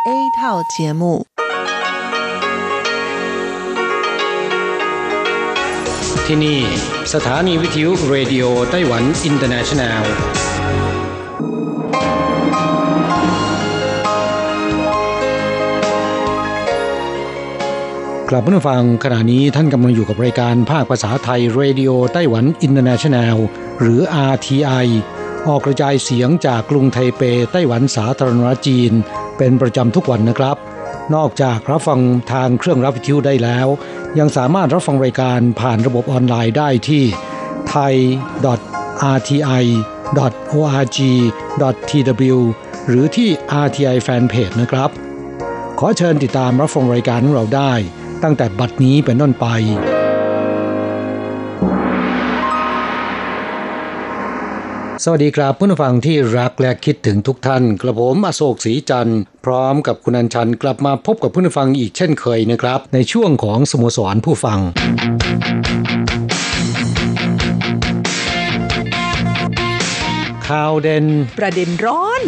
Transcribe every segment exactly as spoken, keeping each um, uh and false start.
A 套节目ที่นี่สถานีวิทยุเรดิโอไต้หวันอินเตอร์เนชั่นแนลกลับมาฟังขณะนี้ท่านกำลังอยู่กับรายการภาคภาษาไทยเรดิโอไต้หวันอินเตอร์เนชั่นแนลหรือ อาร์ ที ไอ ออกกระจายเสียงจากกรุงไทเปไต้หวันสาธารณรัฐจีนเป็นประจำทุกวันนะครับนอกจากรับฟังทางเครื่องรับวิทยุได้แล้วยังสามารถรับฟังรายการผ่านระบบออนไลน์ได้ที่ ไทย ดอท อาร์ ที ไอ ดอท โอ อาร์ จี ดอท ที ดับเบิลยู หรือที่ อาร์ ที ไอ Fanpage นะครับขอเชิญติดตามรับฟังรายการของเราได้ตั้งแต่บัดนี้เป็นต้นไปสวัสดีครับผู้ฟังที่รักและคิดถึงทุกท่านกระผมอโศกศรีจันทร์พร้อมกับคุณอัญชันกลับมาพบกับผู้ฟังอีกเช่นเคยนะครับในช่วงของสโมสรผู้ฟังข่าวเด่นประเด็นร้อน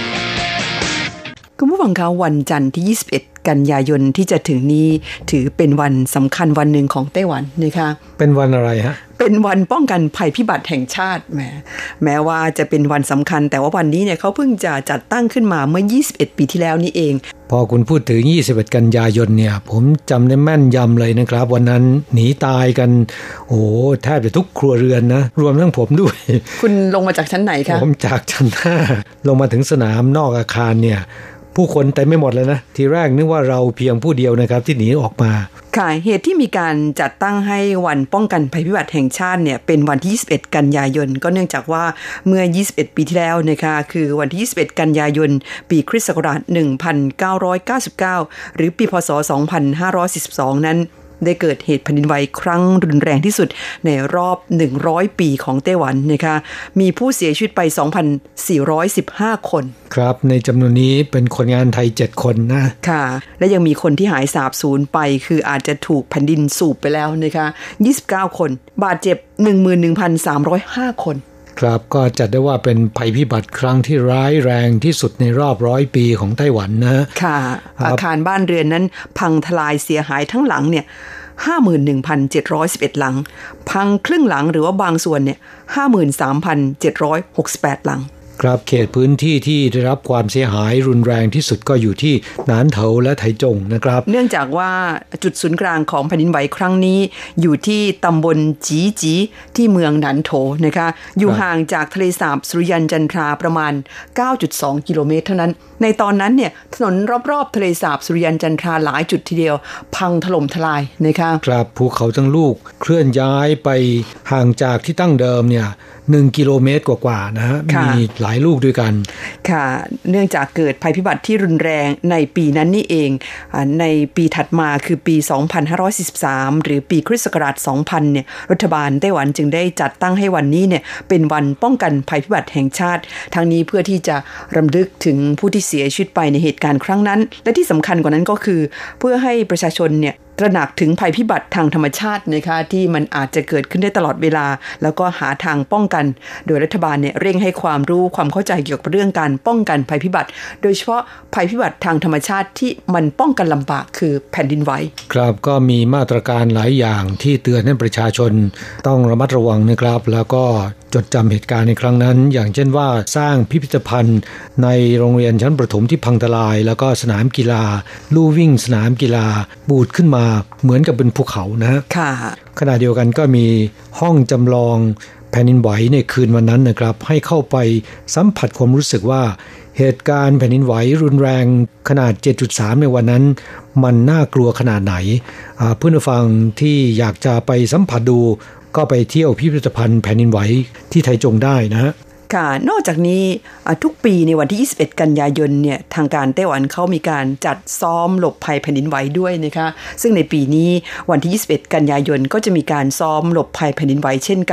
คุณผู้ฟังคะวันจันทร์ที่ยี่สิบเอ็ดกันยายนที่จะถึงนี้ถือเป็นวันสำคัญวันหนึ่งของไต้หวันนะคะเป็นวันอะไรฮะเป็นวันป้องกันภัยพิบัติแห่งชาติแม้แม้ว่าจะเป็นวันสำคัญแต่ว่าวันนี้เนี่ยเขาเพิ่งจะจัดตั้งขึ้นมาเมื่อยี่สิบเอ็ดปีที่แล้วนี่เองพอคุณพูดถึงยี่สิบเอ็ดกันยายนเนี่ยผมจำได้แม่นยำเลยนะครับวันนั้นหนีตายกันโอ้แทบจะทุกครัวเรือนนะรวมทั้งผมด้วยคุณลงมาจากชั้นไหนคะผมจากชั้นห้าลงมาถึงสนามนอกอาคารเนี่ยผู้คนเต็มไม่หมดเลยนะทีแรกนึกว่าเราเพียงผู้เดียวนะครับที่หนีออกมาค่ะเหตุที่มีการจัดตั้งให้วันป้องกันภัยพิบัติแห่งชาติเนี่ยเป็นวันที่ยี่สิบเอ็ดกันยายนก็เนื่องจากว่าเมื่อยี่สิบเอ็ดปีที่แล้วนะคะคือวันที่ยี่สิบเอ็ดกันยายนปีคริสต์ศักราชหนึ่งพันเก้าร้อยเก้าสิบเก้าหรือปีพ.ศ. สองพันห้าร้อยสี่สิบสองนั้นได้เกิดเหตุแผ่นดินไหวครั้งรุนแรงที่สุดในรอบหนึ่งร้อยปีของไต้หวันนะคะมีผู้เสียชีวิตไป สองพันสี่ร้อยสิบห้า คนครับในจำนวนนี้เป็นคนงานไทยเจ็ดคนนะค่ะและยังมีคนที่หายสาบสูญไปคืออาจจะถูกแผ่นดินสูบไปแล้วนะคะยี่สิบเก้าคนบาดเจ็บ หนึ่งหมื่นหนึ่งพันสามร้อยห้า คนครับก็จัดได้ว่าเป็นภัยพิบัติครั้งที่ร้ายแรงที่สุดในรอบร้อยปีของไต้หวันนะค่ะอาคารบ้านเรือนนั้นพังทลายเสียหายทั้งหลังเนี่ย ห้าหมื่นหนึ่งพันเจ็ดร้อยสิบเอ็ด หลังพังครึ่งหลังหรือว่าบางส่วนเนี่ย ห้าหมื่นสามพันเจ็ดร้อยหกสิบแปด หลังครับเขตพื้นที่ที่ได้รับความเสียหายรุนแรงที่สุดก็อยู่ที่หนานเถาและไถจงนะครับเนื่องจากว่าจุดศูนย์กลางของแผ่นดินไหวครั้งนี้อยู่ที่ตำบลจีจีที่เมืองหนานโถนะคะอยู่ห่างจากทะเลสาบสุริยันจันทราประมาณ เก้าจุดสอง กิโลเมตรเท่านั้นในตอนนั้นเนี่ยถนนรอบๆทะเลสาบสุริยันจันทราหลายจุดทีเดียวพังถล่มทลายนะคะครับภูเขาทั้งลูกเคลื่อนย้ายไปห่างจากที่ตั้งเดิมเนี่ยหนึ่งกิโลเมตรกว่าๆนะฮะมีหลายลูกด้วยกันค่ะเนื่องจากเกิดภัยพิบัติที่รุนแรงในปีนั้นนี่เองในปีถัดมาคือปีสองพันห้าร้อยสี่สิบสามหรือปีคริสต์ศักราชสองพันเนี่ยรัฐบาลไต้หวันจึงได้จัดตั้งให้วันนี้เนี่ยเป็นวันป้องกันภัยพิบัติแห่งชาติทั้งนี้เพื่อที่จะรำลึกถึงผู้ที่เสียชีวิตไปในเหตุการณ์ครั้งนั้นและที่สำคัญกว่านั้นก็คือเพื่อให้ประชาชนเนี่ยตระหนักถึงภัยพิบัติทางธรรมชาตินะคะที่มันอาจจะเกิดขึ้นได้ตลอดเวลาแล้วก็หาทางป้องกันโดยรัฐบาลเนี่ยเร่งให้ความรู้ความเข้าใจเกี่ยวกับเรื่องการป้องกันภัยพิบัติโดยเฉพาะภัยพิบัติทางธรรมชาติที่มันป้องกันลำบากคือแผ่นดินไหวครับก็มีมาตรการหลายอย่างที่เตือนให้ประชาชนต้องระมัดระวังนะครับแล้วก็จดจำเหตุการณ์ในครั้งนั้นอย่างเช่นว่าสร้างพิพิธภัณฑ์ในโรงเรียนชั้นประถมที่พังทลายแล้วก็สนามกีฬาลู่วิ่งสนามกีฬาบูดขึ้นมาเหมือนกับเป็นภูเขานะค่ะขณะเดียวกันก็มีห้องจำลองแผ่นดินไหวในคืนวันนั้นนะครับให้เข้าไปสัมผัสความรู้สึกว่าเหตุการณ์แผ่นดินไหวรุนแรงขนาด เจ็ดจุดสาม ในวันนั้นมันน่ากลัวขนาดไหนเพื่อนผู้ฟังที่อยากจะไปสัมผัสดูก็ไปเที่ยวพิพิธภัณฑ์แผ่นดินไหวที่ไทจงได้นะฮะค่ะนอกจากนี้ทุกปีในวันที่ยี่สิบเอ็ดกันยายนเนี่ยทางการไต้หวันเขามีการจัดซ้อมหลบภัยแผ่นดินไหวด้วยนะคะซึ่งในปีนี้วันที่ยี่สิบเอ็ดกันยายนก็จะมีการซ้อมหลบภัยแผ่นดินไหวเช่นกัน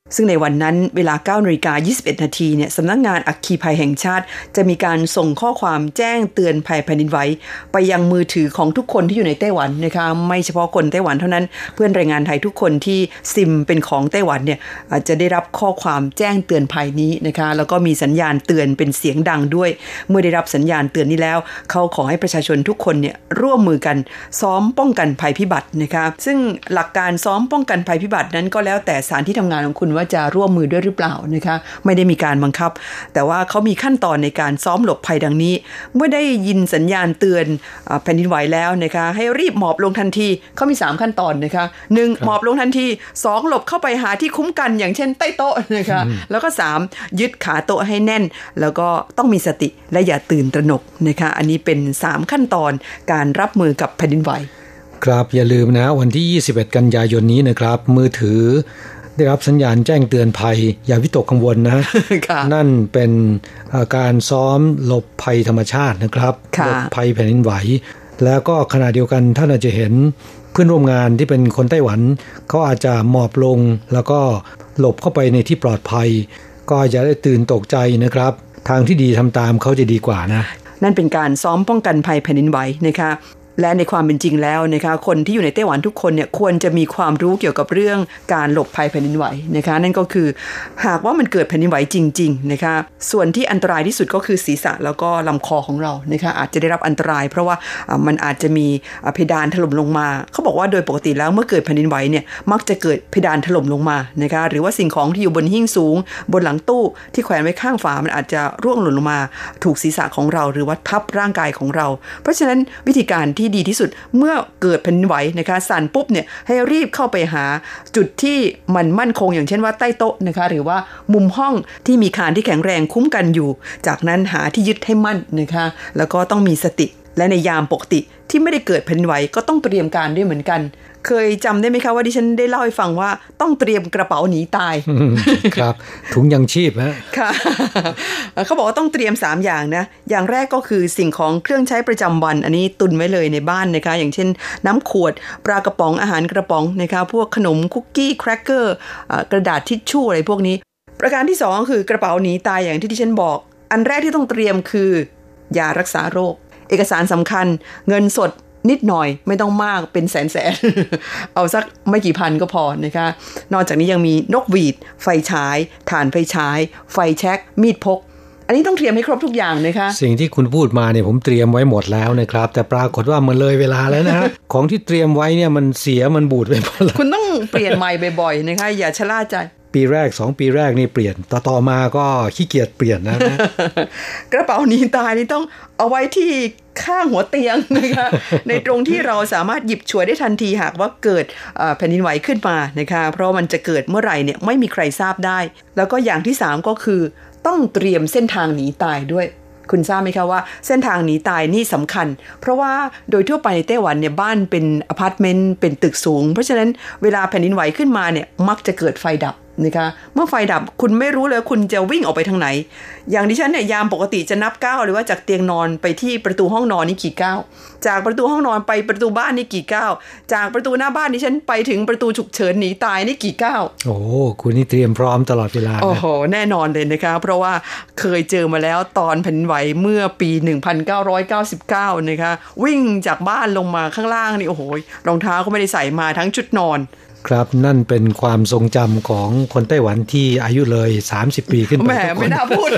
ซึ่งในวันนั้นเวลา เก้านาฬิกายี่สิบเอ็ดนาทีเนี่ยสำนักงานอัคคีภัยแห่งชาติจะมีการส่งข้อความแจ้งเตือนภัยแผ่นดินไหวไปยังมือถือของทุกคนที่อยู่ในไต้หวันนะคะไม่เฉพาะคนไต้หวันเท่านั้นเพื่อนแรงงานไทยทุกคนที่ซิมเป็นของไต้หวันเนี่ยอาจจะได้รับข้อความแจ้งเตือนภัยนี้นะคะแล้วก็มีสัญญาณเตือนเป็นเสียงดังด้วยเมื่อได้รับสัญญาณเตือนนี้แล้วเขาขอให้ประชาชนทุกคนเนี่ยร่วมมือกันซ้อมป้องกันภัยพิบัตินะคะซึ่งหลักการซ้อมป้องกันภัยพิบัตินั้นก็แล้วแต่สถานที่ทำงานของคุณว่าจะร่วมมือด้วยหรือเปล่านะคะไม่ได้มีการบังคับแต่ว่าเขามีขั้นตอนในการซ้อมหลบภัยดังนี้เมื่อได้ยินสัญญาณเตือนแผ่นดินไหวแล้วนะคะให้รีบหมอบลงทันทีเขามีสามขั้นตอนนะคะหนึ่งหมอบลงทันทีสองหลบเข้าไปหาที่คุ้มกันอย่างเช่นใต้โต๊ะนะคะแล้วก็สามยึดขาโต๊ะให้แน่นแล้วก็ต้องมีสติและอย่าตื่นตระหนกนะคะอันนี้เป็นสามขั้นตอนการรับมือกับแผ่นดินไหวครับอย่าลืมนะวันที่ยี่สิบเอ็ดกันยายนนี้นะครับมือถือได้รับสัญญาณแจ้งเตือนภัยอย่าวิตกกังวลนะ นั่นเป็นการซ้อมหลบภัยธรรมชาตินะครับหลบภัยแผ่นดินไหวแล้วก็ขณะเดียวกันท่านอาจจะเห็นเพื่อนร่วมงานที่เป็นคนไต้หวันเขาอาจจะหมอบลงแล้วก็หลบเข้าไปในที่ปลอดภัยก็อย่าได้ตื่นตกใจนะครับทางที่ดีทำตามเขาจะดีกว่านะนั่นเป็นการซ้อมป้องกันภัยแผ่นดินไหวนะคะและในความเป็นจริงแล้วนะคะคนที่อยู่ในไต้หวันทุกคนเนี่ยควรจะมีความรู้เกี่ยวกับเรื่องการหลบภัยแผ่นดินไหวนะคะนั่นก็คือหากว่ามันเกิดแผ่นดินไหวจริงๆนะคะส่วนที่อันตรายที่สุดก็คือศีรษะแล้วก็ลำคอของเรานะคะอาจจะได้รับอันตรายเพราะว่ามันอาจจะมีเพดานถล่มลงมาเขาบอกว่าโดยปกติแล้วเมื่อเกิดแผ่นดินไหวเนี่ยมักจะเกิดเพดานถล่มลงมานะคะหรือว่าสิ่งของที่อยู่บนหิ้งสูงบนหลังตู้ที่แขวนไว้ข้างฝามันอาจจะร่วงหล่นลงมาถูกศีรษะของเราหรือว่าทับร่างกายของเราเพราะฉะนั้นวิธีการที่ดีที่สุดเมื่อเกิดแผ่นดินไหวนะคะสั่นปุ๊บเนี่ยให้รีบเข้าไปหาจุดที่มันมั่นคงอย่างเช่นว่าใต้โต๊ะนะคะหรือว่ามุมห้องที่มีคานที่แข็งแรงคุ้มกันอยู่จากนั้นหาที่ยึดให้มั่นนะคะแล้วก็ต้องมีสติและในยามปกติที่ไม่ได้เกิดแผ่นดินไหวก็ต้องเตรียมการด้วยเหมือนกันเคยจำได้ไหมคะว่าดิฉันได้เล่าให้ฟังว่าต้องเตรียมกระเป๋าหนีตายครับถุงยังชีพฮะค่ะเขาบอกว่าต้องเตรียมสามอย่างนะอย่างแรกก็คือสิ่งของเครื่องใช้ประจำวันอันนี้ตุนไว้เลยในบ้านนะคะอย่างเช่นน้ำขวดปลากระป๋องอาหารกระป๋องนะคะพวกขนมคุกกี้แครกเกอร์กระดาษทิชชู่อะไรพวกนี้ประการที่สองคือกระเป๋าหนีตายอย่างที่ดิฉันบอกอันแรกที่ต้องเตรียมคือยารักษาโรคเอกสารสำคัญเงินสดนิดหน่อยไม่ต้องมากเป็นแสนแสน เอาสักไม่กี่พันก็พอนะคะนอกจากนี้ยังมีนกหวีดไฟฉายถ่านไฟฉายไฟแช็กมีดพกอันนี้ต้องเตรียมให้ครบทุกอย่างนะคะสิ่งที่คุณพูดมาเนี่ยผมเตรียมไว้หมดแล้วนะครับแต่ปรากฏว่ามันเลยเวลาแล้วนะ ของที่เตรียมไว้เนี่ยมันเสียมันบูดไปหมดแล้วคุณต้องเปลี่ยนใหม่บ่อยๆนะคะอย่าชะล่าใจปีแรกสองปีแรกนี่เปลี่ยนต่อต่อมาก็ขี้เกียจเปลี่ยนนะกระเป๋าหนีตายนี่ต้องเอาไว้ที่ข้างหัวเตียงนะคะ ในตรงที่เราสามารถหยิบฉวยได้ทันทีหากว่าเกิดแผ่นดินไหวขึ้นมานะคะเพราะมันจะเกิดเมื่อไหร่เนี่ยไม่มีใครทราบได้แล้วก็อย่างที่สามก็คือต้องเตรียมเส้นทางหนีตายด้วยคุณทราบไหมคะว่าเส้นทางหนีตายนี่สำคัญเพราะว่าโดยทั่วไปในไต้หวันเนี่ยบ้านเป็นอพาร์ตเมนต์เป็นตึกสูงเพราะฉะนั้นเวลาแผ่นดินไหวขึ้นมาเนี่ยมักจะเกิดไฟดับนะคะเมื่อไฟดับคุณไม่รู้เลยคุณจะวิ่งออกไปทางไหนอย่างดิฉันเนี่ยยามปกติจะนับก้าวหรือว่าจากเตียงนอนไปที่ประตูห้องนอนนี่กี่ก้าวจากประตูห้องนอนไปประตูบ้านนี่กี่ก้าวจากประตูหน้าบ้านดิฉันไปถึงประตูฉุกเฉินหนีตายนี่กี่ก้าวโอ้คุณนี่เตรียมพร้อมตลอดเวลาโอ้โหแน่นอนเลยนะคะเพราะว่าเคยเจอมาแล้วตอนแผ่นดินไหวเมื่อปีหนึ่งพันเก้าร้อยเก้าสิบเก้านะคะวิ่งจากบ้านลงมาข้างล่างนี่โอ้โหรองเท้าก็ไม่ได้ใส่มาทั้งชุดนอนครับนั่นเป็นความทรงจำของคนไต้หวันที่อายุเลยสามสิบปีขึ้นไปแหมไม่น่าพูด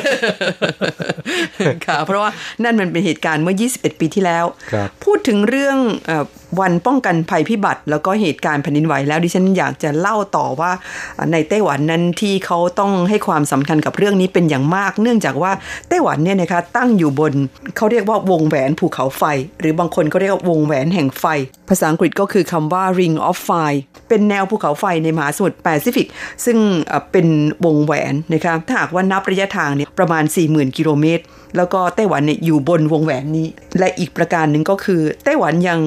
ค่ะเพราะว่านั่นมันเป็นเหตุการณ์เมื่อยี่สิบเอ็ดปีที่แล้วพูดถึงเรื่องเอ่อวันป้องกันภัยพิบัติแล้วก็เหตุการณ์แผ่นดินไหวแล้วดิฉันอยากจะเล่าต่อว่าในไต้หวันนั้นที่เขาต้องให้ความสำคัญกับเรื่องนี้เป็นอย่างมากเนื่องจากว่าไต้หวันเนี่ยนะคะตั้งอยู่บนเขาเรียกว่าวงแหวนภูเขาไฟหรือบางคนก็เรียกว่าวงแหวนแห่งไฟภาษาอังกฤษก็คือคำว่า Ring of Fire เป็นแนวภูเขาไฟในมหาสมุทรแปซิฟิกซึ่งเป็นวงแหวนนะคะถ้าหากว่านับระยะทางเนี่ยประมาณ สี่หมื่น กิโลเมตรแล้วก็ไต้หวันเนี่ยอยู่บนวงแหวนนี้และอีกประการหนึ่งก็คือไต้หวันยังตั้งอยู่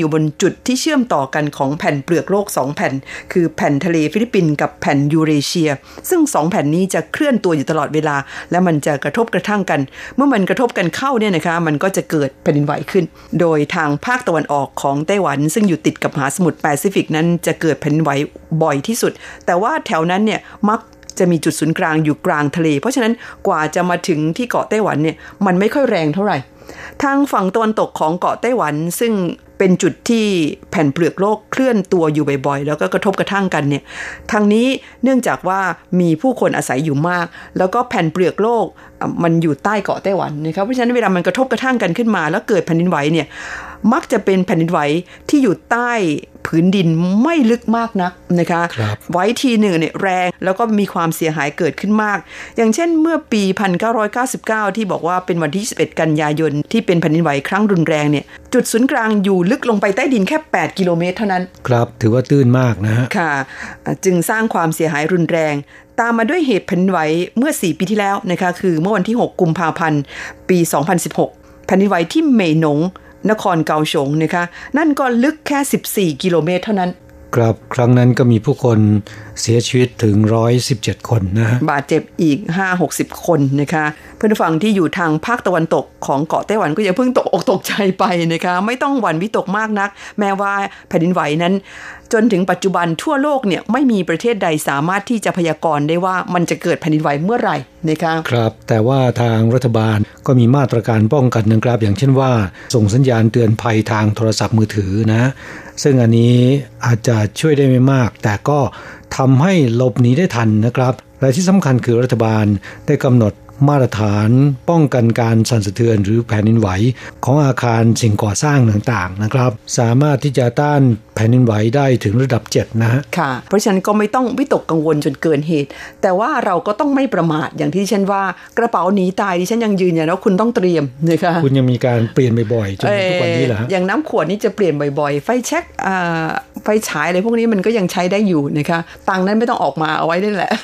อยู่บนจุดที่เชื่อมต่อกันของแผ่นเปลือกโลกสองแผ่นคือแผ่นทะเลฟิลิปปินส์กับแผ่นยูเรเชียซึ่งสองแผ่นนี้จะเคลื่อนตัวอยู่ตลอดเวลาและมันจะกระทบกระทั่งกันเมื่อมันกระทบกันเข้าเนี่ยนะคะมันก็จะเกิดแผ่นดินไหวขึ้นโดยทางภาคตะวันออกของไต้หวันซึ่งอยู่ติดกับมหาสมุทรแปซิฟิกนั้นจะเกิดแผ่นดินไหวบ่อยที่สุดแต่ว่าแถวนั้นเนี่ยมักจะมีจุดศูนย์กลางอยู่กลางทะเลเพราะฉะนั้นกว่าจะมาถึงที่เกาะไต้หวันเนี่ยมันไม่ค่อยแรงเท่าไหร่ทางฝั่งตะวันตกของเกาะไต้หวันซึ่งเป็นจุดที่แผ่นเปลือกโลกเคลื่อนตัวอยู่บ่อยๆแล้วก็กระทบกระทั่งกันเนี่ยทางนี้เนื่องจากว่ามีผู้คนอาศัยอยู่มากแล้วก็แผ่นเปลือกโลกมันอยู่ใต้เกาะไต้หวันนะครับเพราะฉะนั้นเวลามันกระทบกระทั่งกันขึ้นมาแล้วเกิดแผ่นดินไหวเนี่ยมักจะเป็นแผ่นดินไหวที่อยู่ใต้ผืนดินไม่ลึกมากนักนะคะไหวทีหนึ่งเนี่ยแรงแล้วก็มีความเสียหายเกิดขึ้นมากอย่างเช่นเมื่อปีหนึ่งพันเก้าร้อยเก้าสิบเก้าที่บอกว่าเป็นวันที่ยี่สิบเอ็ดกันยายนที่เป็นแผ่นดินไหวครั้งรุนแรงเนี่ยจุดศูนย์กลางอยู่ลึกลงไปใต้ดินแค่แปดกิโลเมตรเท่านั้นครับถือว่าตื้นมากนะฮะค่ะจึงสร้างความเสียหายรุนแรงตามมาด้วยเหตุแผ่นดินไหวเมื่อสี่ปีที่แล้วนะคะคือเมื่อวันที่หกกุมภาพันธ์ปีสองพันสิบหกแผ่นดินไหวที่เหม่หนงนครเกาสงนะคะนั่นก็ลึกแค่สิบสี่กิโลเมตรเท่านั้นครับครั้งนั้นก็มีผู้คนเสียชีวิตถึงหนึ่งร้อยสิบเจ็ดคนนะฮะบาดเจ็บอีก ห้าหกสิบ คนนะคะเพื่อนฝั่งที่อยู่ทางภาคตะวันตกของเกาะไต้หวันก็อย่าเพิ่งตกอกตกใจไปนะคะไม่ต้องหวั่นวิตกมากนักแม้ว่าแผ่นดินไหวนั้นจนถึงปัจจุบันทั่วโลกเนี่ยไม่มีประเทศใดสามารถที่จะพยากรณ์ได้ว่ามันจะเกิดแผ่นดินไหวเมื่อไหร่นะคะครับแต่ว่าทางรัฐบาลก็มีมาตรการป้องกันนะครับอย่างเช่นว่าส่งสัญญาณเตือนภัยทางโทรศัพท์มือถือนะซึ่งอันนี้อาจจะช่วยได้ไม่มากแต่ก็ทำให้หลบหนีได้ทันนะครับและที่สำคัญคือรัฐบาลได้กำหนดมาตรฐานป้องกันการสั่นสะเทือนหรือแผ่นดินไหวของอาคารสิ่งก่อสร้างต่างๆนะครับสามารถที่จะต้านแผ่นดินไหวได้ถึงระดับเจ็ดนะฮะค่ะเพราะฉะนั้นก็ไม่ต้องวิตกกังวลจนเกินเหตุแต่ว่าเราก็ต้องไม่ประมาทอย่างที่ฉันว่ากระเป๋าหนีตายดิฉันยังยืนยันว่าคุณต้องเตรียมนะคะคุณยังมีการเปลี่ยนบ่อยๆจนทุกวันนี้เหรออย่างน้ำขวดนี่จะเปลี่ยนบ่อยๆไฟแช็กไฟฉายอะไรพวกนี้มันก็ยังใช้ได้อยู่นะคะตังค์นั้นไม่ต้องออกมาเอาไว้ได้แหละ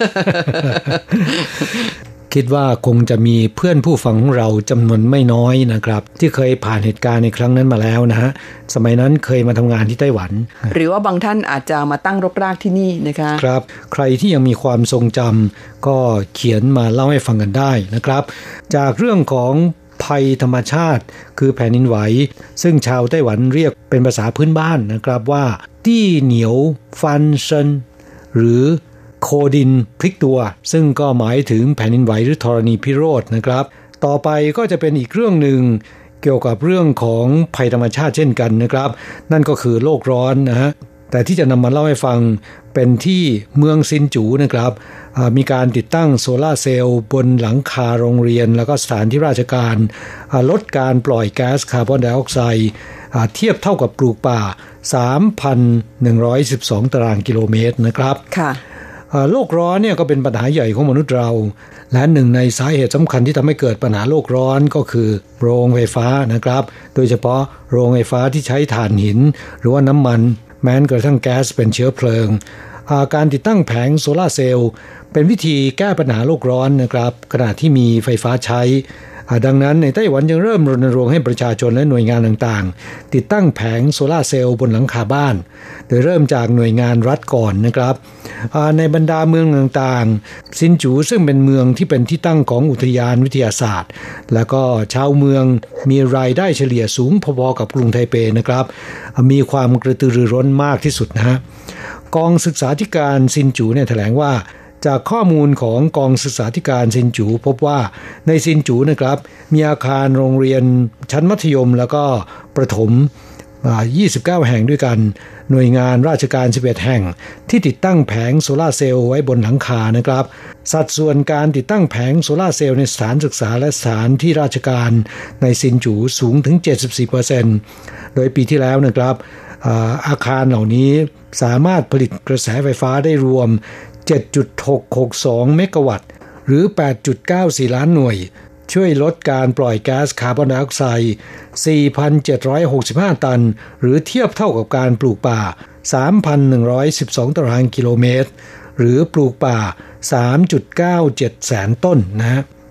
คิดว่าคงจะมีเพื่อนผู้ฟังของเราจำนวนไม่น้อยนะครับที่เคยผ่านเหตุการณ์ในครั้งนั้นมาแล้วนะฮะสมัยนั้นเคยมาทำงานที่ไต้หวันหรือว่าบางท่านอาจจะมาตั้งรกรากที่นี่นะคะครับใครที่ยังมีความทรงจำก็เขียนมาเล่าให้ฟังกันได้นะครับจากเรื่องของภัยธรรมชาติคือแผ่นดินไหวซึ่งชาวไต้หวันเรียกเป็นภาษาพื้นบ้านนะครับว่าตี้เหนียวฟันเซินหรือโคดินพลิกตัวซึ่งก็หมายถึงแผ่นดินไหวหรือธรณีพิโรธนะครับต่อไปก็จะเป็นอีกเรื่องหนึ่งเกี่ยวกับเรื่องของภัยธรรมชาติเช่นกันนะครับนั่นก็คือโลกร้อนนะฮะแต่ที่จะนำมาเล่าให้ฟังเป็นที่เมืองซินจูนะครับมีการติดตั้งโซล่าร์เซลล์บนหลังคาโรงเรียนแล้วก็สถานที่ราชการลดการปล่อยแก๊สคาร์บอนไดออกไซด์เทียบเท่ากับปลูกป่า สามพันหนึ่งร้อยสิบสอง ตารางกิโลเมตรนะครับค่ะโลกร้อนเนี่ยก็เป็นปัญหาใหญ่ของมนุษย์เราและหนึ่งในสาเหตุสำคัญที่ทำให้เกิดปัญหาโลกร้อนก็คือโรงไฟฟ้านะครับโดยเฉพาะโรงไฟฟ้าที่ใช้ถ่านหินหรือว่าน้ำมันแม้กระทั่งแก๊สเป็นเชื้อเพลิงการติดตั้งแผงโซล่าร์เซลล์เป็นวิธีแก้ปัญหาโลกร้อนนะครับขณะที่มีไฟฟ้าใช้ดังนั้นในไต้หวันยังเริ่มรณรงค์ให้ประชาชนและหน่วยงานต่างๆติดตั้งแผงโซล่าร์เซลล์บนหลังคาบ้านโดยเริ่มจากหน่วยงานรัฐก่อนนะครับในบรรดาเมืองต่างๆซินจูซึ่งเป็นเมืองที่เป็นที่ตั้งของอุทยานวิทยาศาสตร์แล้วก็ชาวเมืองมีรายได้เฉลี่ยสูงพอๆกับกรุงไทเปนะครับมีความกระตือรือร้นมากที่สุดนะฮะกองศึกษาธิการซินจูเนี่ยแถลงว่าจากข้อมูลของกองศึกษาธิการซินจูพบว่าในซินจูนะครับมีอาคารโรงเรียนชั้นมัธยมแล้วก็ประถมยี่สิบเก้าแห่งด้วยกันหน่วยงานราชการสิบเอ็ดแห่งที่ติดตั้งแผงโซล่าร์เซลล์ไว้บนหลังคานะครับสัดส่วนการติดตั้งแผงโซล่าร์เซลล์ในสถานศึกษาและสถานที่ราชการในซินจูสูงถึง เจ็ดสิบสี่เปอร์เซ็นต์ โดยปีที่แล้วนะครับอาคารเหล่านี้สามารถผลิตกระแสไฟฟ้าได้รวมเจ็ดจุดหกหกสอง เมกะวัตต์หรือ แปดจุดเก้าสี่ ล้านหน่วยช่วยลดการปล่อยแก๊สคาร์บอนไดออกไซด์ สี่พันเจ็ดร้อยหกสิบห้า ตันหรือเทียบเท่ากับการปลูกป่า สามพันหนึ่งร้อยสิบสอง ตารางกิโลเมตรหรือปลูกป่า สามจุดเก้าเจ็ด แสนต้นนะ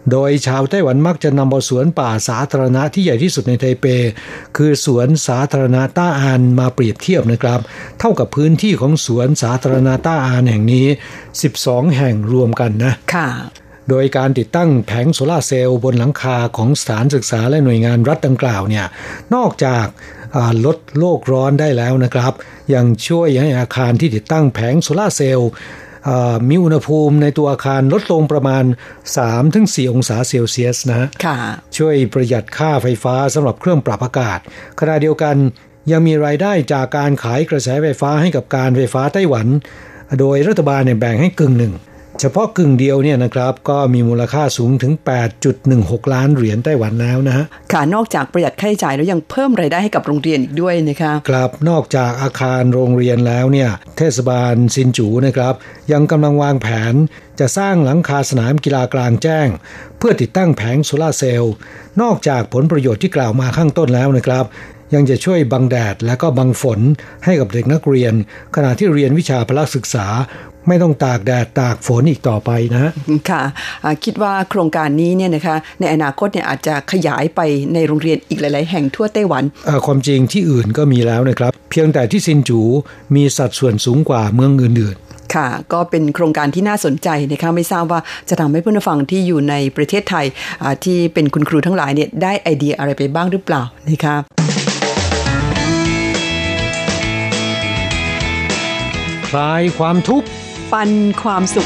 โดยชาวไต้หวันมักจะนำเอาสวนป่าสาธารณะที่ใหญ่ที่สุดในไทเปคือสวนสาธารณะต้าอานมาเปรียบเทียบนะครับเท่ากับพื้นที่ของสวนสาธารณะต้าอานแห่งนี้สิบสองแห่งรวมกันนะค่ะโดยการติดตั้งแผงโซลาร์เซลล์บนหลังคาของสถานศึกษาและหน่วยงานรัฐดังกล่าวเนี่ยนอกจากลดโลกร้อนได้แล้วนะครับยังช่วยให้อาคารที่ติดตั้งแผงโซลาร์เซลล์มีอุณหภูมิในตัวอาคารลดลงประมาณ สามถึงสี่ องศาเซลเซียสนะช่วยประหยัดค่าไฟฟ้าสำหรับเครื่องปรับอากาศขณะเดียวกันยังมีรายได้จากการขายกระแสไฟฟ้าให้กับการไฟฟ้าไต้หวันโดยรัฐบาลเนี่ยแบ่งให้กึ่งหนึ่งเฉพาะกึ่งเดียวเนี่ยนะครับก็มีมูลค่าสูงถึง แปดจุดหนึ่งหก ล้านเหรียญไต้หวันแล้วนะฮะค่ะนอกจากประหยัดค่าใช้จ่ายแล้วยังเพิ่มรายได้ให้กับโรงเรียนอีกด้วยนะคะครับนอกจากอาคารโรงเรียนแล้วเนี่ยเทศบาลซินจูนะครับยังกำลังวางแผนจะสร้างหลังคาสนามกีฬากลางแจ้งเพื่อติดตั้งแผงโซลาร์เซลล์นอกจากผลประโยชน์ที่กล่าวมาข้างต้นแล้วนะครับยังจะช่วยบังแดดและก็บังฝนให้กับเด็กนักเรียนขณะที่เรียนวิชาพละศึกษาไม่ต้องตากแดดตากฝนอีกต่อไปนะค่ะคิดว่าโครงการนี้เนี่ยนะคะในอนาคตเนี่ยอาจจะขยายไปในโรงเรียนอีกหลายๆแห่งทั่วไต้หวันความจริงที่อื่นก็มีแล้วนะครับเพียงแต่ที่ซินจูมีสัดส่วนสูงกว่าเมืองอื่นๆค่ะก็เป็นโครงการที่น่าสนใจนะคะไม่ทราบว่าจะทำให้ผู้ฟังที่อยู่ในประเทศไทยที่เป็นคุณครูทั้งหลายเนี่ยได้ไอเดียอะไรไปบ้างหรือเปล่านะคะคลายความทุกข์ปันความสุข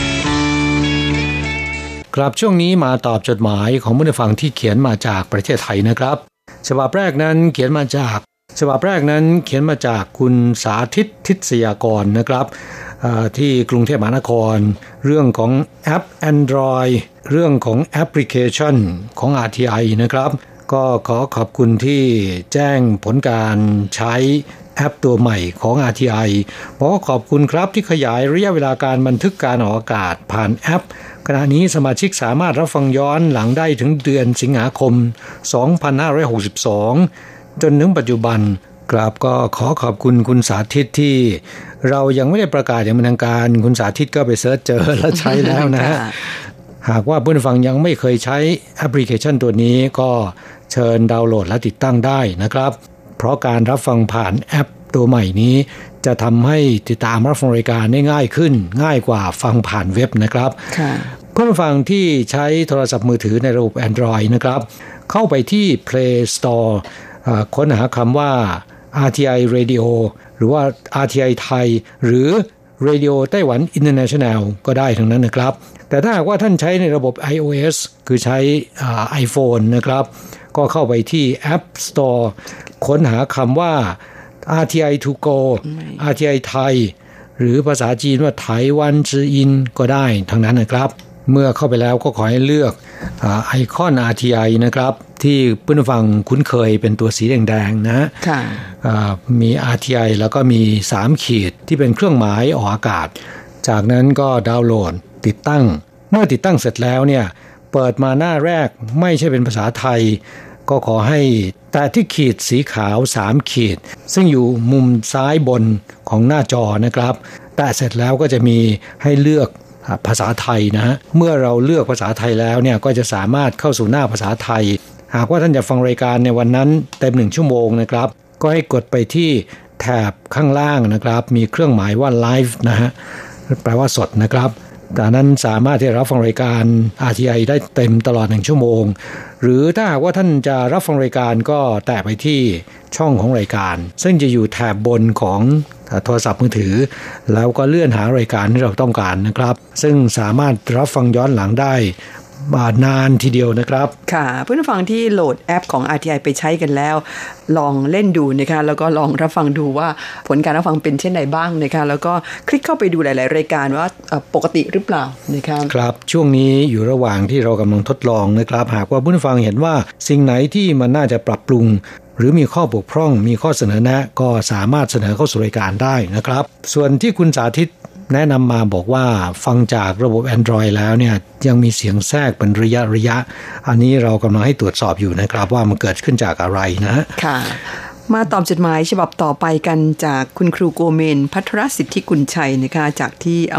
ครับช่วงนี้มาตอบจดหมายของผู้ฟังที่เขียนมาจากประเทศไทยนะครับฉบับแรกนั้นเขียนมาจากฉบับแรกนั้นเขียนมาจากคุณสาธิตทิศยากรนะครับที่กรุงเทพมหานครเรื่องของแอป Android เรื่องของแอปพลิเคชันของ อาร์ ที ไอ นะครับก็ขอขอบคุณที่แจ้งผลการใช้แอปตัวใหม่ของ อาร์ ที ไอ บอกว่าขอบคุณครับที่ขยายระยะเวลาการบันทึกการออกอากาศผ่านแอปขณะนี้สมาชิกสามารถรับฟังย้อนหลังได้ถึงเดือนสิงหาคมสองพันห้าร้อยหกสิบสองจนถึงปัจจุบันกราบก็ขอขอบคุณคุณสาธิตที่เรายังไม่ได้ประกาศอย่างเป็นทางการคุณสาธิตก็ไปเสิร์ชเจอและใช้แล้วนะฮะ หากว่าผู้ฟังยังไม่เคยใช้แอปพลิเคชันตัวนี้ก็เชิญดาวน์โหลดและติดตั้งได้นะครับเพราะการรับฟังผ่านแอปตัวใหม่นี้จะทำให้ติดตามรับฟังรายการได้ง่ายขึ้นง่ายกว่าฟังผ่านเว็บนะครับเพื่อนฟังที่ใช้โทรศัพท์มือถือในระบบ Android นะครับเข้าไปที่ Play Store ค้นหาคำว่า อาร์ ที ไอ Radio หรือว่า อาร์ ที ไอ ไทยหรือ Radio ไต้หวัน International ก็ได้ทั้งนั้นนะครับแต่ถ้าหากว่าท่านใช้ในระบบ iOS คือใช้ iPhone นะครับก็เข้าไปที่ App Store ค้นหาคำว่า อาร์ ที ไอ To Go อาร์ ที ไอ ไทยหรือภาษาจีนว่าไต้หวันจื่ออินก็ได้ทั้งนั้นนะครับเมื่อเข้าไปแล้วก็ขอให้เลือกไอคอน อาร์ ที ไอ นะครับที่ผู้ฟังคุ้นเคยเป็นตัวสีแดงๆนะมี อาร์ ที ไอ แล้วก็มีสามขีดที่เป็นเครื่องหมายออกอากาศจากนั้นก็ดาวน์โหลดติดตั้งเมื่อติดตั้งเสร็จแล้วเนี่ยเปิดมาหน้าแรกไม่ใช่เป็นภาษาไทยก็ขอให้แตะที่ขีดสีขาวสามขีดซึ่งอยู่มุมซ้ายบนของหน้าจอนะครับแตะเสร็จแล้วก็จะมีให้เลือกภาษาไทยนะเมื่อเราเลือกภาษาไทยแล้วเนี่ยก็จะสามารถเข้าสู่หน้าภาษาไทยหากว่าท่านอยากฟังรายการในวันนั้นเต็มหนึ่งชั่วโมงนะครับก็ให้กดไปที่แถบข้างล่างนะครับมีเครื่องหมายว่า Live นะฮะแปลว่าสดนะครับจากนั้นสามารถที่จะรับฟังรายการ อาร์ ที ไอ ได้เต็มตลอดหนึ่งชั่วโมงหรือถ้าหากว่าท่านจะรับฟังรายการก็แตะไปที่ช่องของรายการซึ่งจะอยู่แถบบนของโทรศัพท์มือถือแล้วก็เลื่อนหารายการที่เราต้องการนะครับซึ่งสามารถรับฟังย้อนหลังได้นานทีเดียวนะครับค่ะเพื่อนฟังที่โหลดแอปของ อาร์ ที ไอ ไปใช้กันแล้วลองเล่นดูนะคะแล้วก็ลองรับฟังดูว่าผลการรับฟังเป็นเช่นใดบ้างนะคะแล้วก็คลิกเข้าไปดูหลายๆรายการว่าปกติหรือเปล่านะคะครับช่วงนี้อยู่ระหว่างที่เรากำลังทดลองนะครับหากว่าเพื่อนฟังเห็นว่าสิ่งไหนที่มันน่าจะปรับปรุงหรือมีข้อบกพร่องมีข้อเสนอแนะก็สามารถเสนอเข้าสู่รายการได้นะครับส่วนที่คุณสาธิตแนะนำมาบอกว่าฟังจากระบบ Android แล้วเนี่ยยังมีเสียงแทรกเป็นระยะระยะอันนี้เรากำลังให้ตรวจสอบอยู่นะครับว่ามันเกิดขึ้นจากอะไรนะค่ะมาตอบจดหมายฉบับต่อไปกันจากคุณครูโกเมนภัทรสิทธิกุลชัยนะคะจากที่อำเภอ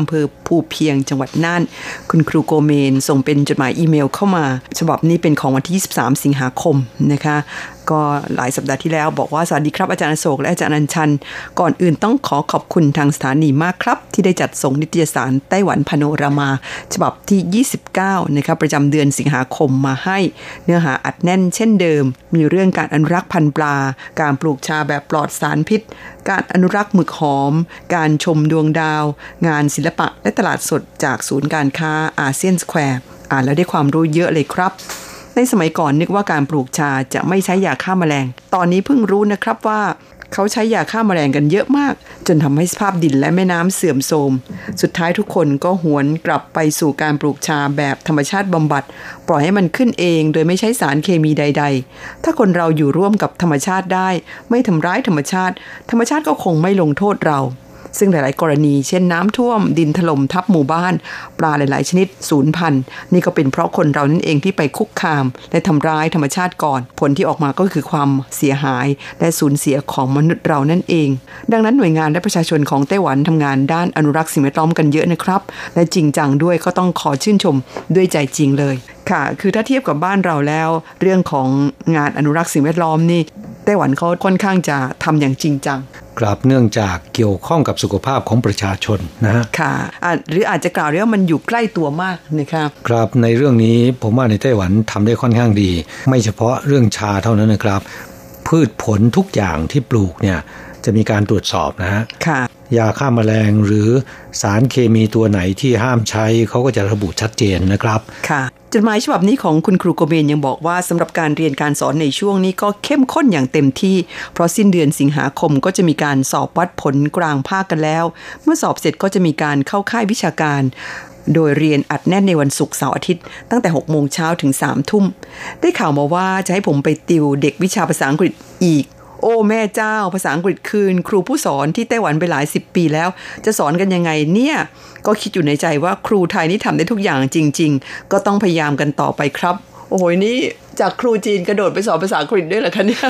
ภูเพียงจังหวัดน่านคุณครูโกเมนส่งเป็นจดหมายอีเมลเข้ามาฉบับนี้เป็นของวันที่ยี่สิบสามสิงหาคมนะคะก็หลายสัปดาห์ที่แล้วบอกว่าสวัสดีครับอาจารย์อโศกและอาจารย์อัญชันก่อนอื่นต้องขอขอบคุณทางสถานีมากครับที่ได้จัดส่งนิตยสารไต้หวันพาโนรามาฉบับที่ยี่สิบเก้านะคะประจำเดือนสิงหาคมมาให้เนื้อหาอัดแน่นเช่นเดิมมีเรื่องการอนุรักษ์พันธุ์ปลาการปลูกชาแบบปลอดสารพิษการอนุรักษ์หมึกหอมการชมดวงดาวงานศิลปะและตลาดสดจากศูนย์การค้าอาเซียนสแควร์อ่านแล้วได้ความรู้เยอะเลยครับในสมัยก่อนนึกว่าการปลูกชาจะไม่ใช้ยาฆ่าแมลงตอนนี้เพิ่งรู้นะครับว่าเขาใช้ยาฆ่าแมลงกันเยอะมากจนทำให้สภาพดินและแม่น้ำเสื่อมโทรมสุดท้ายทุกคนก็หวนกลับไปสู่การปลูกชาแบบธรรมชาติบำบัดปล่อยให้มันขึ้นเองโดยไม่ใช้สารเคมีใดๆถ้าคนเราอยู่ร่วมกับธรรมชาติได้ไม่ทำร้ายธรรมชาติธรรมชาติก็คงไม่ลงโทษเราซึ่งหลายๆกรณีเช่นน้ำท่วมดินถล่มทับหมู่บ้านปลาหลายๆชนิดสูญพันธุ์นี่ก็เป็นเพราะคนเรานั่นเองที่ไปคุกคามและทำร้ายธรรมชาติก่อนผลที่ออกมาก็คือความเสียหายและสูญเสียของมนุษย์เรานั่นเองดังนั้นหน่วยงานและประชาชนของไต้หวันทำงานด้านอนุรักษ์สิ่งแวดล้อมกันเยอะนะครับและจริงจังด้วยก็ต้องขอชื่นชมด้วยใจจริงเลยค่ะคือถ้าเทียบกับบ้านเราแล้วเรื่องของงานอนุรักษ์สิ่งแวดล้อมนี่ไต้หวันเขาค่อนข้างจะทำอย่างจริงจังครับเนื่องจากเกี่ยวข้องกับสุขภาพของประชาชนนะฮะค่ะหรืออาจจะกล่าวได้ว่ามันอยู่ใกล้ตัวมากนะครับครับในเรื่องนี้ผมว่าในไต้หวันทำได้ค่อนข้างดีไม่เฉพาะเรื่องชาเท่านั้นนะครับพืชผลทุกอย่างที่ปลูกเนี่ยจะมีการตรวจสอบนะฮะค่ะยาฆ่าแมลงหรือสารเคมีตัวไหนที่ห้ามใช้เขาก็จะระบุชัดเจนนะครับค่ะจดหมายฉบับนี้ของคุณครูโกเมนยังบอกว่าสำหรับการเรียนการสอนในช่วงนี้ก็เข้มข้นอย่างเต็มที่เพราะสิ้นเดือนสิงหาคมก็จะมีการสอบวัดผลกลางภาคกันแล้วเมื่อสอบเสร็จก็จะมีการเข้าค่ายวิชาการโดยเรียนอัดแน่นในวันศุกร์เสาร์อาทิตย์ตั้งแต่หกโมงเช้าถึงสามทุ่มได้ข่าวมาว่าจะให้ผมไปติวเด็กวิชาภาษาอังกฤษอีกโอ้แม่เจ้าภาษาอังกฤษคืนครูผู้สอนที่ไต้หวันไปหลายสิบปีแล้วจะสอนกันยังไงเนี่ยก็คิดอยู่ในใจว่าครูไทยนี่ทำได้ทุกอย่างจริงๆก็ต้องพยายามกันต่อไปครับโอ้โหนี่จากครูจีนกระโดดไปสอนภาษาอังกฤษด้วยเหรอคะเนี่ย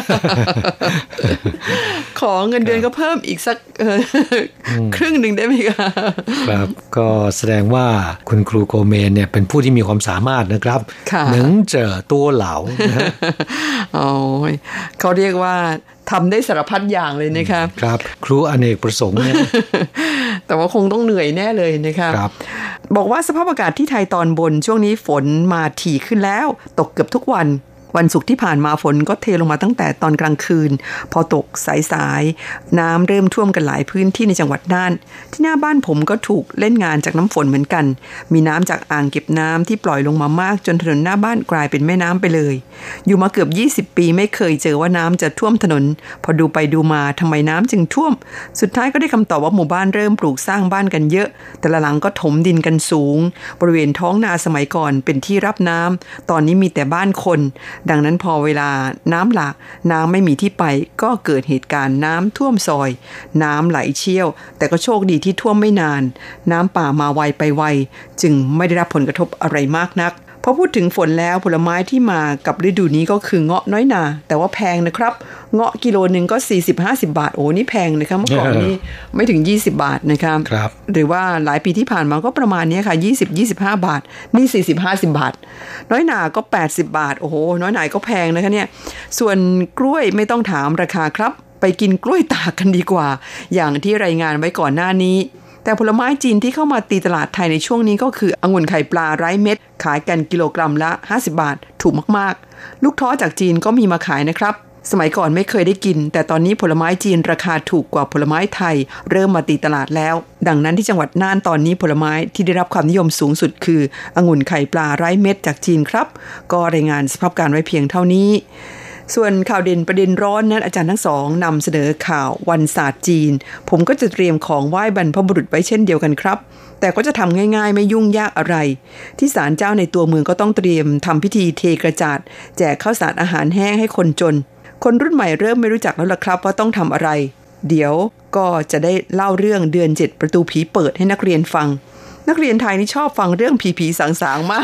ขอเงินเดือนก็เพิ่มอีกสักครึ่งหนึ่งได้ไหมคะครับก็แสดงว่าคุณครูโกเมนเนี่ยเป็นผู้ที่มีความสามารถนะครับหนึ่งเจอตัวเหลาโอ้ยเขาเรียกว่าทำได้สารพัดอย่างเลยนะคะครับครูอเนกประสงค์เนี่ยแต่ว่าคงต้องเหนื่อยแน่เลยนะคะครับบอกว่าสภาพอากาศที่ไทยตอนบนช่วงนี้ฝนมาถี่ขึ้นแล้วตกเกือบทุกวันวันศุกร์ที่ผ่านมาฝนก็เทลงมาตั้งแต่ตอนกลางคืนพอตกสายๆน้ำเริ่มท่วมกันหลายพื้นที่ในจังหวัดน่านที่หน้าบ้านผมก็ถูกเล่นงานจากน้ำฝนเหมือนกันมีน้ำจากอ่างเก็บน้ำที่ปล่อยลงมามากจนถนนหน้าบ้านกลายเป็นแม่น้ำไปเลยอยู่มาเกือบยี่สิบปีไม่เคยเจอว่าน้ำจะท่วมถนนพอดูไปดูมาทำไมน้ำจึงท่วมสุดท้ายก็ได้คำตอบว่าหมู่บ้านเริ่มปลูกสร้างบ้านกันเยอะแต่ละหลังก็ถมดินกันสูงบริเวณท้องนาสมัยก่อนเป็นที่รับน้ำตอนนี้มีแต่บ้านคนดังนั้นพอเวลาน้ำหลากน้ำไม่มีที่ไปก็เกิดเหตุการณ์น้ำท่วมซอยน้ำไหลเชี่ยวแต่ก็โชคดีที่ท่วมไม่นานน้ำป่ามาไวไปไวจึงไม่ได้รับผลกระทบอะไรมากนักพอพูดถึงฝนแล้วผลไม้ที่มากับฤดูนี้ก็คือเงาะน้อยนาแต่ว่าแพงนะครับเงาะกิโลนึงก็ สี่สิบถึงห้าสิบ บาทโอ้นี่แพงนะครับเมื่อก่อนนี้ไม่ถึงยี่สิบบาทนะครับหรือว่าหลายปีที่ผ่านมาก็ประมาณนี้ค่ะยี่สิบ ยี่สิบห้าบาทนี่สี่สิบ ห้าสิบบาทน้อยนาก็แปดสิบบาทโอ้โหน้อยนาก็แพงนะคะเนี่ยส่วนกล้วยไม่ต้องถามราคาครับไปกินกล้วยตากกันดีกว่าอย่างที่รายงานไว้ก่อนหน้านี้แต่ผลไม้จีนที่เข้ามาตีตลาดไทยในช่วงนี้ก็คือองุ่นไข่ปลาไร้เม็ดขายกันกิโลกรัมละห้าสิบบาทถูกมากๆลูกท้อจากจีนก็มีมาขายนะครับสมัยก่อนไม่เคยได้กินแต่ตอนนี้ผลไม้จีนราคาถูกกว่าผลไม้ไทยเริ่มมาตีตลาดแล้วดังนั้นที่จังหวัดน่านตอนนี้ผลไม้ที่ได้รับความนิยมสูงสุดคือองุ่นไข่ปลาไร้เม็ดจากจีนครับก็รายงานสภาพการไว้เพียงเท่านี้ส่วนข่าวเด่นประเด็นร้อนนั้นอาจารย์ทั้งสองนำเสนอข่าววันศาสตร์จีนผมก็จะเตรียมของไหว้บรรพบุรุษไว้เช่นเดียวกันครับแต่ก็จะทำง่ายๆไม่ยุ่งยากอะไรที่ศาลเจ้าในตัวเมืองก็ต้องเตรียมทำพิธีเทกระจาดแจกข้าวสารอาหารแห้งให้คนจนคนรุ่นใหม่เริ่มไม่รู้จักแล้วล่ะครับว่าต้องทำอะไรเดี๋ยวก็จะได้เล่าเรื่องเดือนเจ็ดประตูผีเปิดให้นักเรียนฟังนักเรียนไทยนี่ชอบฟังเรื่องผีๆสางๆมาก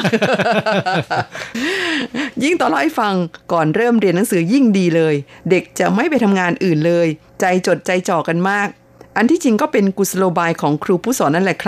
ยิ่งตอนเล่าให้ฟังก่อนเริ่มเรียนหนังสือยิ่งดีเลยเด็กจะไม่ไปทำงานอื่นเลยใจจดใจจ่อกันมากอันที่จริงก็เป็นกุศโลบายของครูผู้สอนนั่นแหละครับ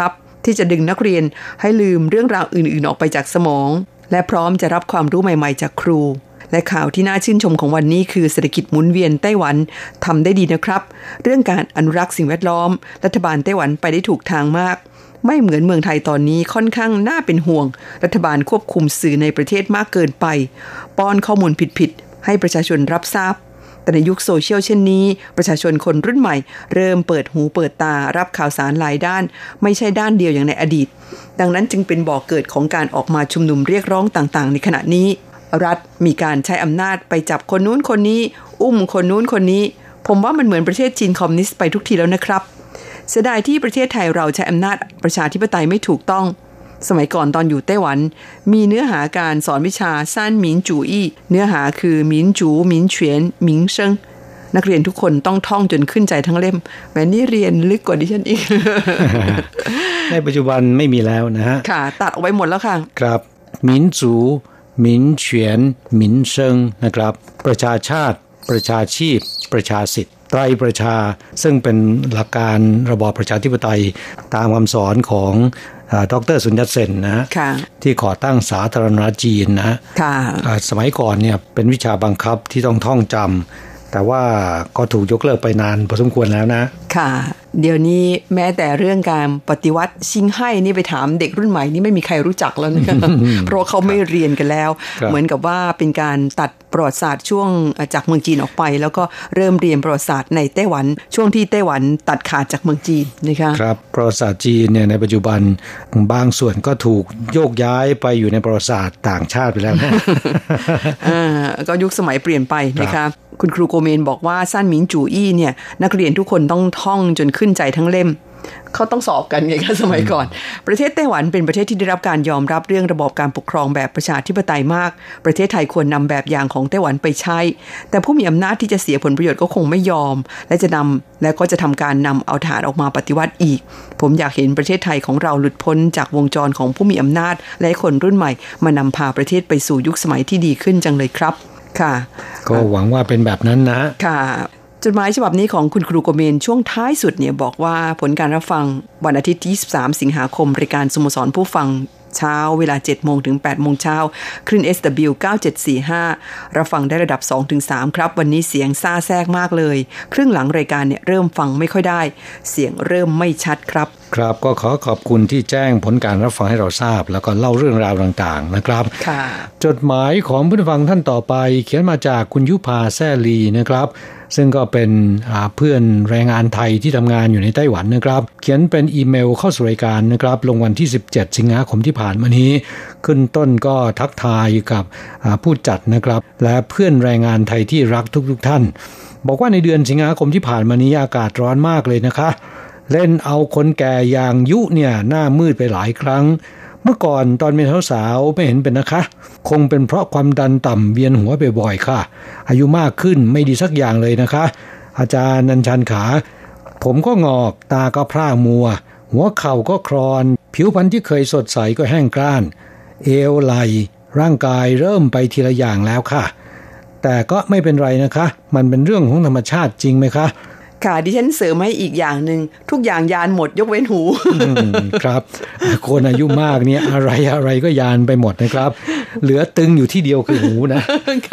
ที่จะดึงนักเรียนให้ลืมเรื่องราวอื่นๆออกไปจากสมองและพร้อมจะรับความรู้ใหม่ๆจากครูและข่าวที่น่าชื่นชมของวันนี้คือเศรษฐกิจหมุนเวียนไต้หวันทำได้ดีนะครับเรื่องการอนุรักษ์สิ่งแวดล้อมรัฐบาลไต้หวันไปได้ถูกทางมากไม่เหมือนเมืองไทยตอนนี้ค่อนข้างน่าเป็นห่วงรัฐบาลควบคุมสื่อในประเทศมากเกินไปป้อนข้อมูลผิดๆให้ประชาชนรับทราบแต่ในยุคโซเชียลเช่นนี้ประชาชนคนรุ่นใหม่เริ่มเปิดหูเปิดตารับข่าวสารหลายด้านไม่ใช่ด้านเดียวอย่างในอดีตดังนั้นจึงเป็นบ่อกเกิดของการออกมาชุมนุมเรียกร้องต่างๆในขณะนี้รัฐมีการใช้อำนาจไปจับคนนู้นคนนี้อุ้มคนนู้นคนนี้ผมว่ามันเหมือนประเทศจีนคอมมิวนิสต์ไปทุกทีแล้วนะครับเสียดายที่ประเทศไทยเราใช้อำนาจประชาธิปไตยไม่ถูกต้องสมัยก่อนตอนอยู่ไต้หวันมีเนื้อหาการสอนวิชาซ่านหมินจูอี้เนื้อหาคือหมินจูหมินเฉียนหมิงเซิงนักเรียนทุกคนต้องท่องจนขึ้นใจทั้งเล่มแม้นี่เรียนลึกกว่าดิฉันอีกในปัจจุบันไม่มีแล้วนะฮะค่ะตัดเอาไว้หมดแล้วค่ะครับหมินจูหมินเฉียนหมินเซิงนะครับประชาชาติประชาชีพประชาสิทธิไตรประชาซึ่งเป็นหลักการระบอบประชาธิปไตยตามคำสอนของดร.สุนยัตเซนนะที่ก่อตั้งสาธารณรัฐจีนนะสมัยก่อนเนี่ยเป็นวิชาบังคับที่ต้องท่องจำแต่ว่าก็ถูกยกเลิกไปนานพอสมควรแล้วนะค่ะเดี๋ยวนี้แม้แต่เรื่องการปฏิวัติชิงไห่นี่ไปถามเด็กรุ่นใหม่นี่ไม่มีใครรู้จักแล้วนะเพราะเขาไม่เรียนกันแล้วเหมือนกับว่าเป็นการตัดประวัติศาสตร์ช่วงจากเมืองจีนออกไปแล้วก็เริ่มเรียนประวัติศาสตร์ในไต้หวันช่วงที่ไต้หวันตัดขาดจากเมืองจีนนะคะครับประวัติศาสตร์จีนเนี่ยในปัจจุบันบางส่วนก็ถูกโยกย้ายไปอยู่ในประวัติศาสตร์ต่างชาติไปแล้วนะอ่าก็ยุคสมัยเปลี่ยนไปนะคะคุณครูโกเมนบอกว่าซ่านหมิงจูอี้เนี่ยนักเรียนทุกคนต้องท่องจนขึ้นใจทั้งเล่มเขาต้องสอบกันไงคะสมัยก่อนประเทศไต้หวันเป็นประเทศที่ได้รับการยอมรับเรื่องระบอบการปกครองแบบประชาธิปไตยมากประเทศไทยควรนำแบบอย่างของไต้หวันไปใช้แต่ผู้มีอำนาจที่จะเสียผลประโยชน์ก็คงไม่ยอมและจะนำและก็จะทำการนำเอาฐานออกมาปฏิวัติอีกผมอยากเห็นประเทศไทยของเราหลุดพ้นจากวงจรของผู้มีอำนาจและคนรุ่นใหม่มานำพาประเทศไปสู่ยุคสมัยที่ดีขึ้นจังเลยครับค่ะก็หวังว่าเป็นแบบนั้นนะค่ะจดหมายฉบับนี้ของคุณครูโกเมนช่วงท้ายสุดเนี่ยบอกว่าผลการรับฟังวันอาทิตย์ที่ยี่สิบสามสิงหาคมรายการสโมสรผู้ฟังเช้าเวลา เจ็ดโมง ถึง แปดโมง เช้าคลื่น เอส ดับเบิลยู เก้าเจ็ดสี่ห้ารับฟังได้ระดับ สองถึงสาม ครับวันนี้เสียงซ่าแทรกมากเลยครึ่งหลังรายการเนี่ยเริ่มฟังไม่ค่อยได้เสียงเริ่มไม่ชัดครับครับก็ขอขอบคุณที่แจ้งผลการรับฟังให้เราทราบแล้วก็เล่าเรื่องราวต่างๆนะครับค่ะจดหมายของผู้ฟังท่านต่อไปเขียนมาจากคุณยุพาแซ่ลีนะครับซึ่งก็เป็นเพื่อนแรงงานไทยที่ทำงานอยู่ในไต้หวันนะครับเขียนเป็นอีเมลเข้าสู่รายการนะครับลงวันที่สิบเจ็ดสิงหาคมที่ผ่านมานี้ขึ้นต้นก็ทักทายกับผู้จัดนะครับและเพื่อนแรงงานไทยที่รักทุกๆท่านบอกว่าในเดือนสิงหาคมที่ผ่านมานี้อากาศร้อนมากเลยนะคะเล่นเอาคนแก่อย่างยุเนี่ยหน้ามืดไปหลายครั้งเมื่อก่อนตอนเป็นสาวๆไม่เห็นเป็นนะคะคงเป็นเพราะความดันต่ำเวียนหัวบ่อยๆค่ะอายุมากขึ้นไม่ดีสักอย่างเลยนะคะอาจารย์นันชันขาผมก็งอกตาก็พร่ามัวหัวเข่าก็คลอนผิวพรรณที่เคยสดใสก็แห้งกร้านเอวไหล่ร่างกายเริ่มไปทีละอย่างแล้วค่ะแต่ก็ไม่เป็นไรนะคะมันเป็นเรื่องของธรรมชาติจริงไหมคะค่ะดิฉันเสริมให้อีกอย่างหนึ่งทุกอย่างยานหมดยกเว้นหูครับคนอายุมากเนี่ยอะไรอะไรก็ยานไปหมดนะครับเหลือตึงอยู่ที่เดียวคือหูนะ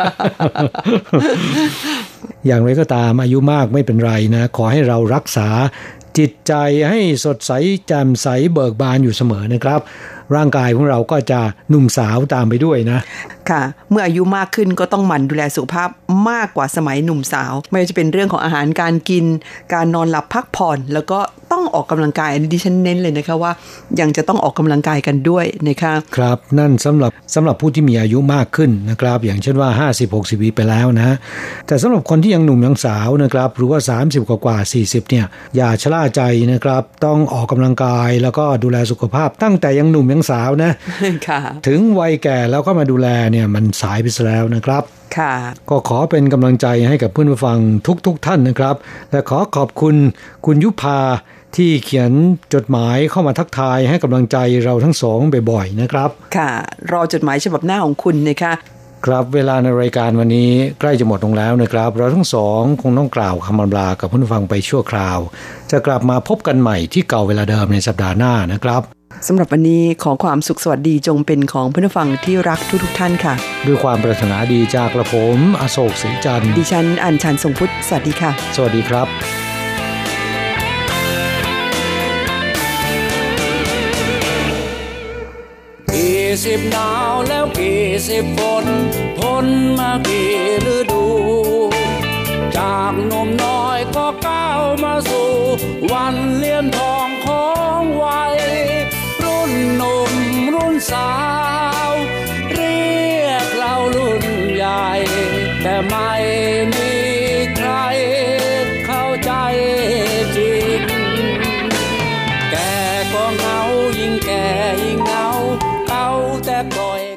อย่างไรก็ตามอายุมากไม่เป็นไรนะขอให้เรารักษาจิตใจให้สดใสแจ่มใสเบิกบานอยู่เสมอนะครับร่างกายของเราก็จะหนุ่มสาวตามไปด้วยนะค่ะเมื่ออายุมากขึ้นก็ต้องหมั่นดูแลสุขภาพมากกว่าสมัยหนุ่มสาวไม่ว่าจะเป็นเรื่องของอาหารการกินการนอนหลับพักผ่อนแล้วก็ต้องออกกำลังกายอันนี้ดิฉันเน้นเลยนะคะว่ายังจะต้องออกกำลังกายกันด้วยนะคะครับนั่นสำหรับสำหรับผู้ที่มีอายุมากขึ้นนะครับอย่างเช่นว่าห้าสิบ หกสิบปีไปแล้วนะแต่สำหรับคนที่ยังหนุ่มยังสาวนะครับหรือว่าสามสิบกว่าๆสี่สิบเนี่ยอย่าชะล่าใจนะครับต้องออกกำลังกายแล้วก็ดูแลสุขภาพตั้งแต่ยังหนุ่มยังสาวนะ ถึงวัยแก่แล้วก็มาดูแลเนี่ยมันสายไปซะแล้วนะครับค่ะก็ขอเป็นกำลังใจให้กับเพื่อนผู้ฟังทุกๆ ท่านนะครับและขอขอบคุณคุณยุพาที่เขียนจดหมายเข้ามาทักทายให้กำลังใจเราทั้งสองบ่อยๆนะครับค่ะรอจดหมายฉบับหน้าของคุณนะคะครับเวลาในรายการวันนี้ใกล้จะหมดลงแล้วนะครับเราทั้งสองคงต้องกล่าวคำอำลากับผู้ฟังไปชั่วคราวจะกลับมาพบกันใหม่ที่เก่าเวลาเดิมในสัปดาห์หน้านะครับสำหรับวันนี้ขอความสุขสวัสดีจงเป็นของเพื่อนผู้ฟังที่รักทุกๆท่านค่ะด้วยความปรารถนาดีจากกระผมอโศกศรีจันทร์ดิฉันอัญชันทรงพุทธสวัสดีค่ะสวัสดีครับกี่สิบหนาวแล้วกี่สิบฝนทนมากี่ฤดูจากหนุ่มน้อยก็ก้าวมาสู่วันเลี่ยมทองของวัยรุ่นหนุ่มรุ่นสาวเรียกเรารุ่นใหญ่แต่ไม่มีใครเข้าใจจริงแก่ก็เหงายิ่งแก่ยิ่งเหงาเอาแต่ปล่อย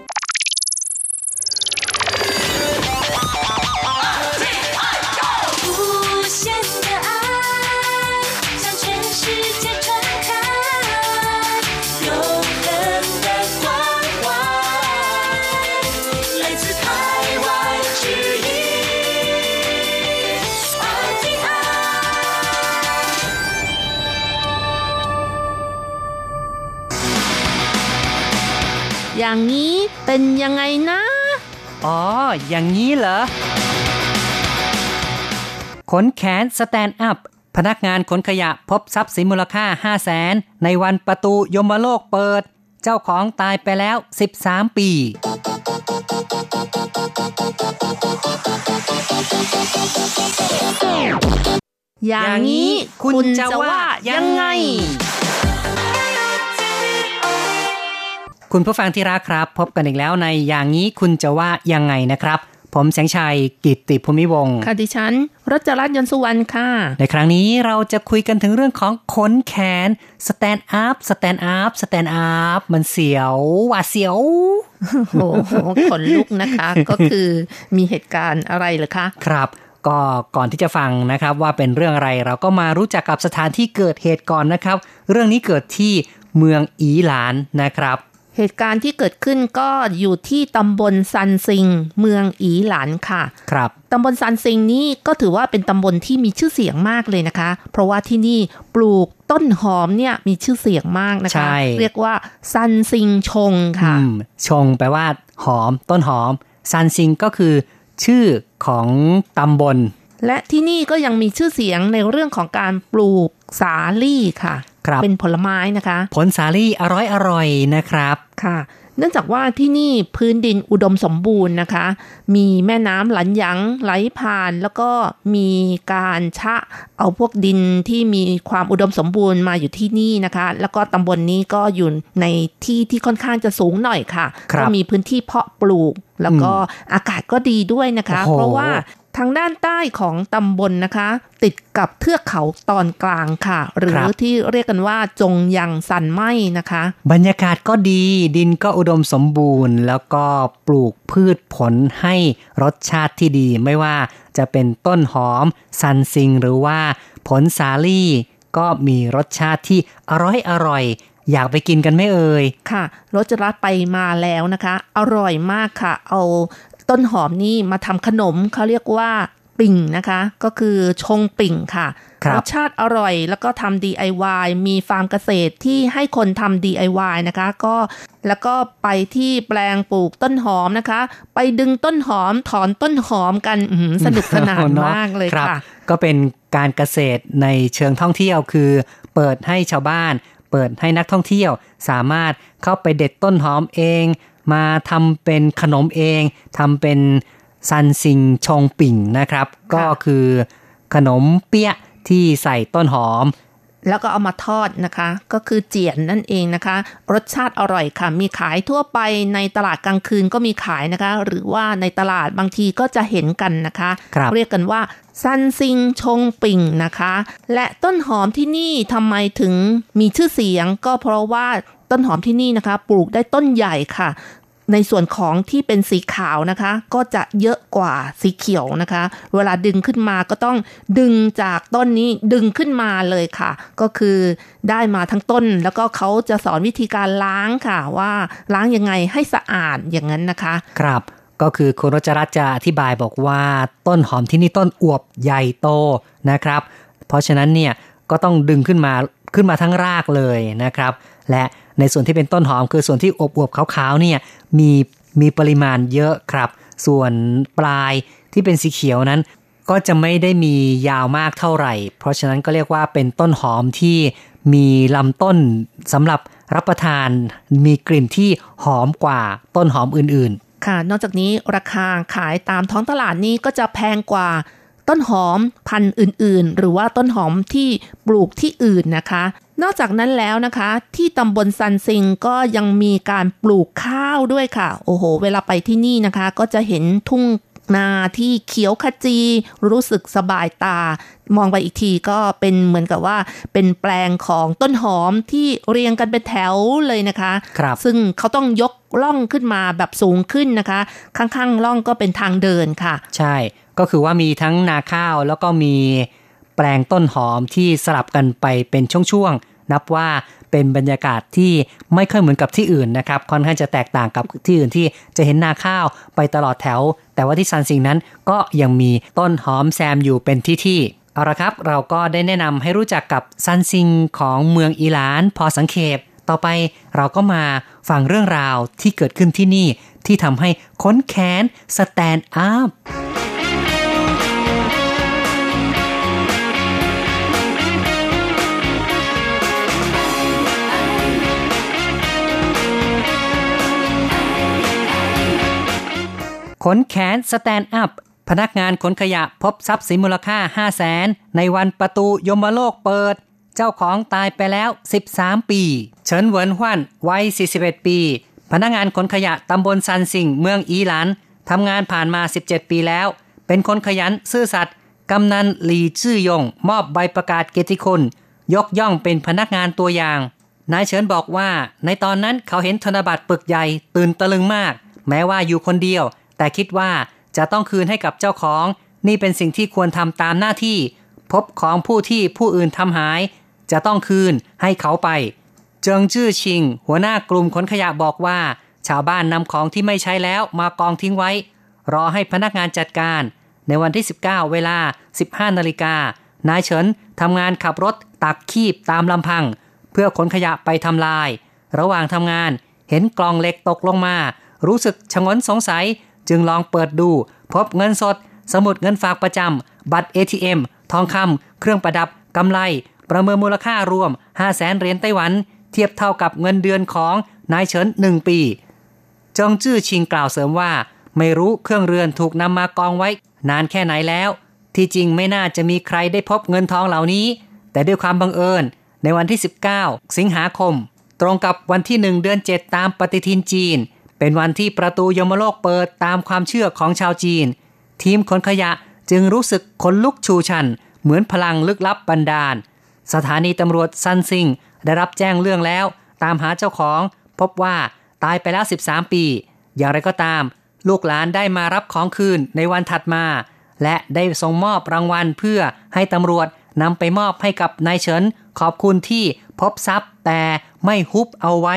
อย่างนี้เป็นยังไงนะอ๋ออย่างนี้เหรอขนแขนสแตนด์อัพพนักงานขนขยะพบทรัพย์สินมูลค่า ห้าแสน ในวันประตูยมโลกเปิดเจ้าของตายไปแล้วสิบสามปีอย่างนี้คุณจะว่ายังไงคุณผู้ฟังที่รักครับพบกันอีกแล้วในอย่างนี้คุณจะว่ายังไงนะครับผมแสงชัยกิตติภูมิวงศ์ค่ะดิฉันรัชรัตน์ยนต์สุวรรณค่ะในครั้งนี้เราจะคุยกันถึงเรื่องของขนแขนสแตนด์อัพสแตนด์อัพสแตนด์อัพมันเสียวหวาดเสียวโอ้โหขนลุกนะคะก็คือมีเหตุการณ์อะไรเหรอคะครับก็ก่อนที่จะฟังนะครับว่าเป็นเรื่องอะไรเราก็มารู้จักกับสถานที่เกิดเหตุก่อนนะครับเรื่องนี้เกิดที่เมืองอีหลานนะครับเหตุการณ์ที่เกิดขึ้นก็อยู่ที่ตำบลซันซิงเมืองอีหลานค่ะครับตำบลซันซิงนี่ก็ถือว่าเป็นตำบลที่มีชื่อเสียงมากเลยนะคะเพราะว่าที่นี่ปลูกต้นหอมเนี่ยมีชื่อเสียงมากนะคะเรียกว่าซันซิงชงค่ะชงแปลว่าหอมต้นหอมซันซิงก็คือชื่อของตำบลและที่นี่ก็ยังมีชื่อเสียงในเรื่องของการปลูกสาลี่ค่ะเป็นผลไม้นะคะผลสาลี่อร่อยอร่อยนะครับค่ะเนื่องจากว่าที่นี่พื้นดินอุดมสมบูรณ์นะคะมีแม่น้ำหลันหยังไหลผ่านแล้วก็มีการชะเอาพวกดินที่มีความอุดมสมบูรณ์มาอยู่ที่นี่นะคะแล้วก็ตำบล น, นี้ก็อยู่ในที่ที่ค่อนข้างจะสูงหน่อยค่ะก็มีพื้นที่เพาะปลูกแล้วก็อากาศก็ดีด้วยนะคะเพราะว่าทางด้านใต้ของตำบล น, นะคะติดกับเทือกเขาตอนกลางค่ะหรือที่เรียกกันว่าจงยังซันไหมนะคะบรรยากาศก็ดีดินก็อุดมสมบูรณ์แล้วก็ปลูกพืชผลให้รสชาติที่ดีไม่ว่าจะเป็นต้นหอมซันซิงหรือว่าผลสาลี่ก็มีรสชาติที่อร่อยอร่อยอยากไปกินกันไหมเอ่ยค่ะรสจรัสไปมาแล้วนะคะอร่อยมากค่ะเอาต้นหอมนี่มาทำขนมเขาเรียกว่าปิ่งนะคะก็คือชงปิ่งค่ะรสชาติอร่อยแล้วก็ทำ ดี ไอ วาย มีฟาร์มเกษตรที่ให้คนทำ ดี ไอ วาย นะคะก็แล้วก็ไปที่แปลงปลูกต้นหอมนะคะไปดึงต้นหอมถอนต้นหอมกันสนุกสนานมากเลยค่ะก็เป็นการเกษตรในเชิงท่องเที่ยวคือเปิดให้ชาวบ้านเปิดให้นักท่องเที่ยวสามารถเข้าไปเด็ดต้นหอมเองมาทำเป็นขนมเองทำเป็นซันซิงชงปิ่งนะครับก็คือขนมเปี๊ยะที่ใส่ต้นหอมแล้วก็เอามาทอดนะคะก็คือเจี๋ยนนั่นเองนะคะรสชาติอร่อยค่ะมีขายทั่วไปในตลาดกลางคืนก็มีขายนะคะหรือว่าในตลาดบางทีก็จะเห็นกันนะคะเรียกกันว่าซันซิงชงปิ่งนะคะและต้นหอมที่นี่ทำไมถึงมีชื่อเสียงก็เพราะว่าต้นหอมที่นี่นะคะปลูกได้ต้นใหญ่ค่ะในส่วนของที่เป็นสีขาวนะคะก็จะเยอะกว่าสีเขียวนะคะเวลาดึงขึ้นมาก็ต้องดึงจากต้นนี้ดึงขึ้นมาเลยค่ะก็คือได้มาทั้งต้นแล้วก็เขาจะสอนวิธีการล้างค่ะว่าล้างยังไงให้สะอาดอย่างนั้นนะคะครับก็คือคุณรัชรัตน์จะอธิบายบอกว่าต้นหอมที่นี่ต้นอวบใหญ่โตนะครับเพราะฉะนั้นเนี่ยก็ต้องดึงขึ้นมาขึ้นมาทั้งรากเลยนะครับและในส่วนที่เป็นต้นหอมคือส่วนที่อวบๆขาวๆเนี่ยมีมีปริมาณเยอะครับส่วนปลายที่เป็นสีเขียวนั้นก็จะไม่ได้มียาวมากเท่าไหร่เพราะฉะนั้นก็เรียกว่าเป็นต้นหอมที่มีลำต้นสำหรับรับประทานมีกลิ่นที่หอมกว่าต้นหอมอื่นๆค่ะนอกจากนี้ราคาขายตามท้องตลาดนี้ก็จะแพงกว่าต้นหอมพันธุ์อื่นๆหรือว่าต้นหอมที่ปลูกที่อื่นนะคะนอกจากนั้นแล้วนะคะที่ตำบลซันซิงก็ยังมีการปลูกข้าวด้วยค่ะโอ้โหเวลาไปที่นี่นะคะก็จะเห็นทุ่งนาที่เขียวขจีรู้สึกสบายตามองไปอีกทีก็เป็นเหมือนกับว่าเป็นแปลงของต้นหอมที่เรียงกันเป็นแถวเลยนะคะครับซึ่งเขาต้องยกร่องขึ้นมาแบบสูงขึ้นนะคะข้างๆร่องก็เป็นทางเดินค่ะใช่ก็คือว่ามีทั้งนาข้าวแล้วก็มีแปลงต้นหอมที่สลับกันไปเป็นช่วงๆนับว่าเป็นบรรยากาศที่ไม่ค่อยเหมือนกับที่อื่นนะครับค่อนข้างจะแตกต่างกับที่อื่นที่จะเห็นนาข้าวไปตลอดแถวแต่ว่าที่ซันซิงนั้นก็ยังมีต้นหอมแซมอยู่เป็นที่ๆเอาละครับเราก็ได้แนะนำให้รู้จักกับซันซิงของเมืองอิหร่านพอสังเขปต่อไปเราก็มาฟังเรื่องราวที่เกิดขึ้นที่นี่ที่ทำให้ขนแขนสแตนด์อัพขนแขนสแตนด์อัพพนักงานขนขยะพบทรัพย์สินมูลค่า ห้าแสน ในวันประตูยมโลกเปิดเจ้าของตายไปแล้วสิบสามปีเฉินเหวินฮวันวัยสี่สิบเอ็ดปีพนักงานขนขยะตำบลซันซิงเมืองอีหลันทำงานผ่านมาสิบเจ็ดปีแล้วเป็นคนขยันซื่อสัตย์กำนันหลีจื้อยงมอบใบประกาศเกียรติคุณยกย่องเป็นพนักงานตัวอย่างนายเฉินบอกว่าในตอนนั้นเขาเห็นธนบัตรปึกใหญ่ตื่นตะลึงมากแม้ว่าอยู่คนเดียวแต่คิดว่าจะต้องคืนให้กับเจ้าของนี่เป็นสิ่งที่ควรทำตามหน้าที่พบของผู้ที่ผู้อื่นทำหายจะต้องคืนให้เขาไปเจิงจื้อชิงหัวหน้ากลุ่มขนขยะบอกว่าชาวบ้านนำของที่ไม่ใช้แล้วมากองทิ้งไว้รอให้พนักงานจัดการในวันที่สิบเก้าเวลา สิบห้านาฬิกานายเฉินทำงานขับรถตักคีบตามลำพังเพื่อขนขยะไปทำลายระหว่างทำงานเห็นกล่องเหล็กตกลงมารู้สึกชงนสงสัยจึงลองเปิดดูพบเงินสดสมุดเงินฝากประจำบัตร เอ ที เอ็ม ทองคำเครื่องประดับกำไรประเมินมูลค่ารวม ห้าแสน เหรียญไต้หวันเทียบเท่ากับเงินเดือนของนายเฉินหนึ่งปีจงจื้อชิงกล่าวเสริมว่าไม่รู้เครื่องเรือนถูกนำมากองไว้นานแค่ไหนแล้วที่จริงไม่น่าจะมีใครได้พบเงินทองเหล่านี้แต่ด้วยความบังเอิญในวันที่สิบเก้าสิงหาคมตรงกับวันที่หนึ่งเดือนเจ็ดตามปฏิทินจีนเป็นวันที่ประตูยมโลกเปิดตามความเชื่อของชาวจีนทีมขนขยะจึงรู้สึกขนลุกชูชันเหมือนพลังลึกลับบันดาลสถานีตำรวจซันซิงได้รับแจ้งเรื่องแล้วตามหาเจ้าของพบว่าตายไปแล้วสิบสามปีอย่างไรก็ตามลูกหลานได้มารับของคืนในวันถัดมาและได้ส่งมอบรางวัลเพื่อให้ตำรวจนำไปมอบให้กับนายเฉินขอบคุณที่พบทรัพย์แต่ไม่ฮุบเอาไว้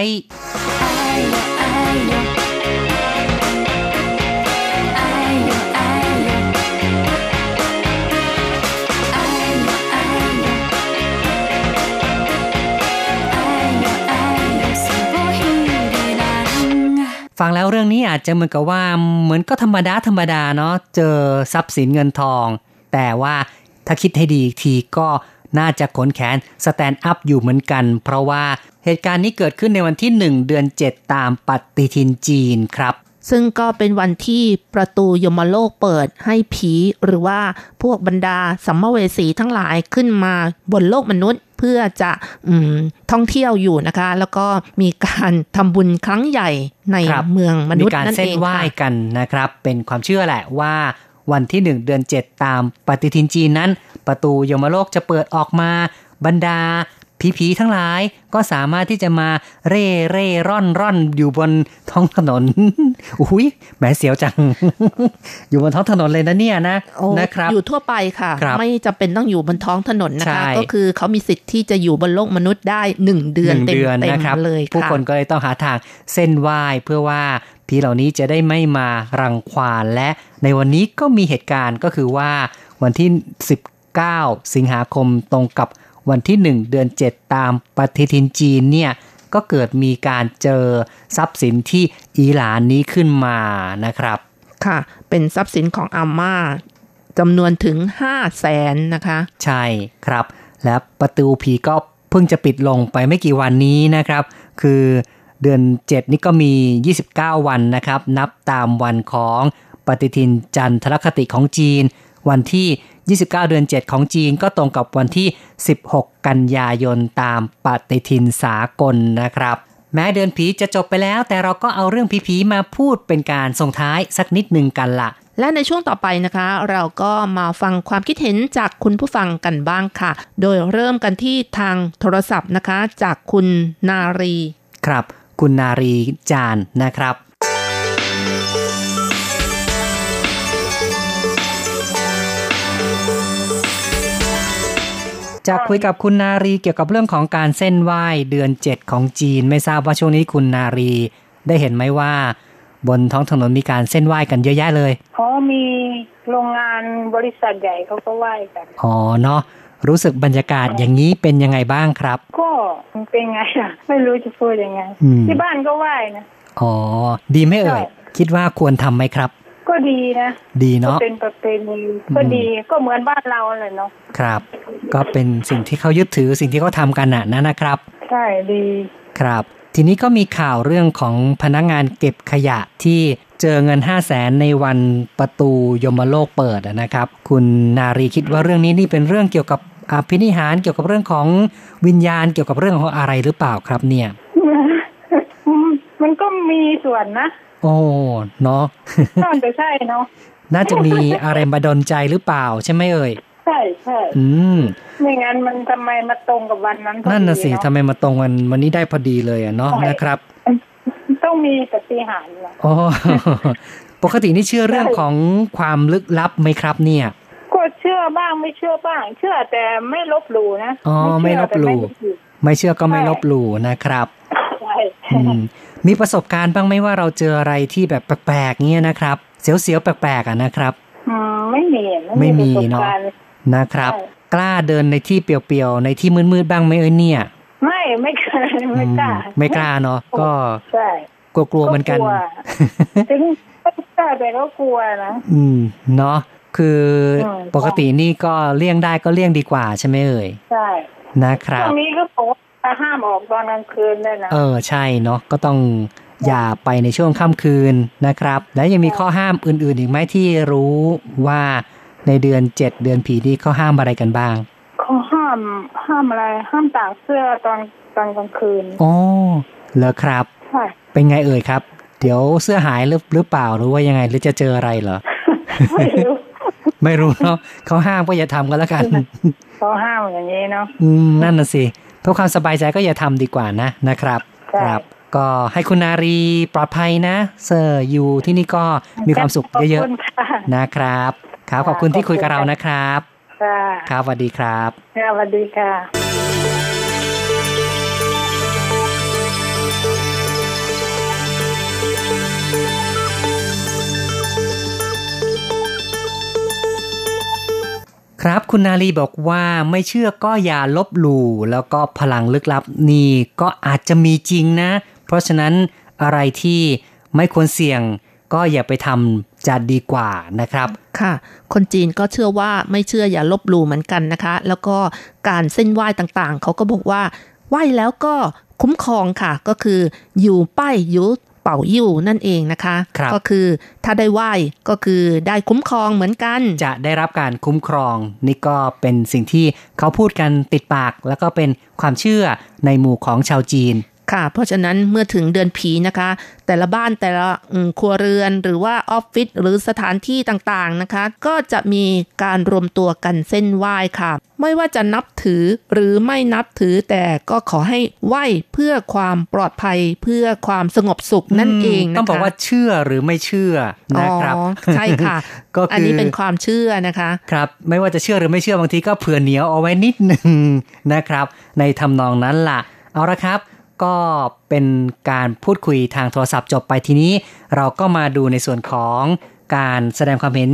ฟังแล้วเรื่องนี้อาจจะเหมือนกับว่าเหมือนก็ธรรมดาธรรมดาเนาะเจอทรัพย์สินเงินทองแต่ว่าถ้าคิดให้ดีอีกทีก็น่าจะขนแขนสแตนด์อัพอยู่เหมือนกันเพราะว่าเหตุการณ์นี้เกิดขึ้นในวันที่หนึ่งเดือนเจ็ดตามปฏิทินจีนครับซึ่งก็เป็นวันที่ประตูยมโลกเปิดให้ผีหรือว่าพวกบรรดาสัมภเวสีทั้งหลายขึ้นมาบนโลกมนุษย์เพื่อจะท่องเที่ยวอยู่นะคะแล้วก็มีการทำบุญครั้งใหญ่ในเมืองมนุษย์นั่นเองค่ะมีการเส้นไหว้กันนะครับเป็นความเชื่อแหละว่าวันที่หนึ่งเดือนเจ็ดตามปฏิทินจีนนั้นประตูยมโลกจะเปิดออกมาบรรดาผีๆทั้งหลายก็สามารถที่จะมาเร่เร่ร่อนร่อนอยู่บนท้องถนนอุ้ยแหมเสียวจัง อยู่บนท้องถนนเลยนะเนี่ยนะนะครับอยู่ทั่วไปค่ะไม่จำเป็นต้องอยู่บนท้องถนนนะคะก็คือเขามีสิทธิ์ที่จะอยู่บนโลกมนุษย์ได้หนึ่งเดือนเต็มๆเลยค่ะผู้คนก็เลยต้องหาทางเส้นไหว้เพื่อว่าผีเหล่านี้จะได้ไม่มารังควานและในวันนี้ก็มีเหตุการณ์ก็คือว่าวันที่สิบเก้าสิงหาคมตรงกับวันที่หนึ่งเดือนเจ็ดตามปฏิทินจีนเนี่ยก็เกิดมีการเจอทรัพย์สินที่อิหร่านนี้ขึ้นมานะครับค่ะเป็นทรัพย์สินของอาม่าจำนวนถึงห้าแสนนะคะใช่ครับและประตูผีก็เพิ่งจะปิดลงไปไม่กี่วันนี้นะครับคือเดือนเจ็ดนี่ก็มียี่สิบเก้าวันนะครับนับตามวันของปฏิทินจันทรคติของจีนวันที่ยี่สิบเก้าเดือนเจ็ดของจีนก็ตรงกับวันที่สิบหกกันยายนตามปฏิทินสากลนะครับแม้เดือนผีจะจบไปแล้วแต่เราก็เอาเรื่องผีๆมาพูดเป็นการส่งท้ายสักนิดนึงกันละและในช่วงต่อไปนะคะเราก็มาฟังความคิดเห็นจากคุณผู้ฟังกันบ้างค่ะโดยเริ่มกันที่ทางโทรศัพท์นะคะจากคุณนารีครับคุณนารีจานนะครับจะคุยกับคุณนารีเกี่ยวกับเรื่องของการเส้นไหว้เดือนเจ็ดของจีนไม่ทราบว่าช่วงนี้คุณนารีได้เห็นไหมว่าบนท้องถนนมีการเส้นไหว้กันเยอะแยะเลยอ๋อมีโรงงานบริษัทใหญ่เขาก็ไหว้กันอ๋อเนาะรู้สึกบรรยากาศอย่างนี้เป็นยังไงบ้างครับก็เป็นไงอ่ะไม่รู้จะพูดยังไงที่บ้านก็ไหว้นะอ๋อดีไหมเอ่ยคิดว่าควรทำไหมครับก็ดีนะดีเนาะเป็นประเพณีก็ดีก็เหมือนบ้านเราเลยเนาะครับก็เป็นสิ่งที่เขายึดถือสิ่งที่เขาทำกันน่ะนะนะครับใช่ดีครับทีนี้ก็มีข่าวเรื่องของพนักงานเก็บขยะที่เจอเงิน ห้าแสน ในวันประตูยมโลกเปิดนะครับคุณนารีคิดว่าเรื่องนี้นี่เป็นเรื่องเกี่ยวกับอภินิหารเกี่ยวกับเรื่องของวิญญาณเกี่ยวกับเรื่องของอะไรหรือเปล่าครับเนี่ยมันก็มีส่วนนะโอ้เนาะน่าจะใช่เนาะน่าจะมีอะไรมาดลใจหรือเปล่าใช่ไหมเอ่ยใช่ใช่อืมไม่งั้นมันทำไมมาตรงกับวันนั้นพอดีนั่นน่ะสิทำไมมาตรงวันวันนี้ได้พอดีเลยอ่ะเนาะนะครับต้องมีปาฏิหาริย์เหรออ๋อปกตินี่เชื่อเรื่องของความลึกลับไหมครับเนี่ยก็เชื่อบ้างไม่เชื่อบ้างเชื่อแต่ไม่ลบหลู่นะอ๋อไม่ลบหลู่ไม่เชื่อก็ไม่ลบหลู่นะครับใช่มีประสบการณ์บ้างไหมว่าเราเจออะไรที่แบบแปลกๆเงี้ยนะครับเสียวๆแปลกๆอ่ะนะครับอืมไม่มีไม่มีเนาะนะครับกล้าเดินในที่เปลี่ยวๆในที่มืดๆบ้างไหมเอ้ยเนี่ยไม่ไม่เคยไม่กล้าไม่กล้าเนาะก็ใช่กลัวๆเหมือนกันถึงไม่กล้าแต่ก็กลัวนะอืมเนาะคือปกตินี่ก็เลี่ยงได้ก็เลี่ยงดีกว่าใช่ไหมเอ่ยใช่นะครับตรงนี้ก็บอกว่าห้ามออกตอนกลางคืนด้วยนะเออใช่เนาะก็ต้องอย่าไปในช่วงค่ำคืนนะครับและยังมีข้อห้ามอื่นๆอีกไหมที่รู้ว่าในเดือนเจ็ดเดือนผีนี้เขาห้ามอะไรกันบ้างเขาห้ามห้ามอะไรห้ามตากเสื้อตอนตอนกลางคืนอ๋อเหรอครับใช่เป็นไงเอ่ยครับเดี๋ยวเสื้อหายหรือหรือเปล่าหรือว่ายังไงหรือจะเจออะไรเหรอไม่รู้ไม่รู้เนาะเขาห้ามก็อย่าทำกันแล้วกันเขาห้ามอย่างนี้เนาะอืมนั่นน่ะสิเพื่อความสบายใจก็อย่าทำดีกว่านะนะครับครับก็ให้คุณนารีปลอดภัยนะเซอร์อยู่ที่นี่ก็มีความสุขเยอะๆนะครับครับขอบคุณที่คุยกับเรานะครับค่ะครับสวัสดีครับค่ะสวัสดีค่ะครับคุณนาลีบอกว่าไม่เชื่อก็อย่าลบหลู่แล้วก็พลังลึกลับนี่ก็อาจจะมีจริงนะเพราะฉะนั้นอะไรที่ไม่ควรเสี่ยงก็อย่าไปทำจะดีกว่านะครับค่ะคนจีนก็เชื่อว่าไม่เชื่ออย่าลบหลู่เหมือนกันนะคะแล้วก็การเส้นไหว้ต่างๆเขาก็บอกว่าไหว้แล้วก็คุ้มครองค่ะก็คืออยู่ป้ายอยู่เป่ายิ่วนั่นเองนะคะก็คือถ้าได้ไหว้ก็คือได้คุ้มครองเหมือนกันจะได้รับการคุ้มครองนี่ก็เป็นสิ่งที่เขาพูดกันติดปากแล้วก็เป็นความเชื่อในหมู่ของชาวจีนค่ะเพราะฉะนั้นเมื่อถึงเดือนผีนะคะแต่ละบ้านแต่ละครัวเรือนหรือว่าออฟฟิศหรือสถานที่ต่างๆนะคะก็จะมีการรวมตัวกันเส้นไหว้ค่ะไม่ว่าจะนับถือหรือไม่นับถือแต่ก็ขอให้ไหว้เพื่อความปลอดภัยเพื่อความสงบสุขนั่นเองนะคะต้องบอกว่าเชื่อหรือไม่เชื่อนะครับอ๋อใช่ค่ะ ก็คืออันนี้เป็นความเชื่อนะคะครับไม่ว่าจะเชื่อหรือไม่เชื่อบางทีก็เผื่อเหนียวเอาไว้นิดนึงนะครับในทำนองนั้นล่ะเอาละครับก็เป็นการพูดคุยทางโทรศัพท์จบไปทีนี้เราก็มาดูในส่วนของการแสดงความเห็น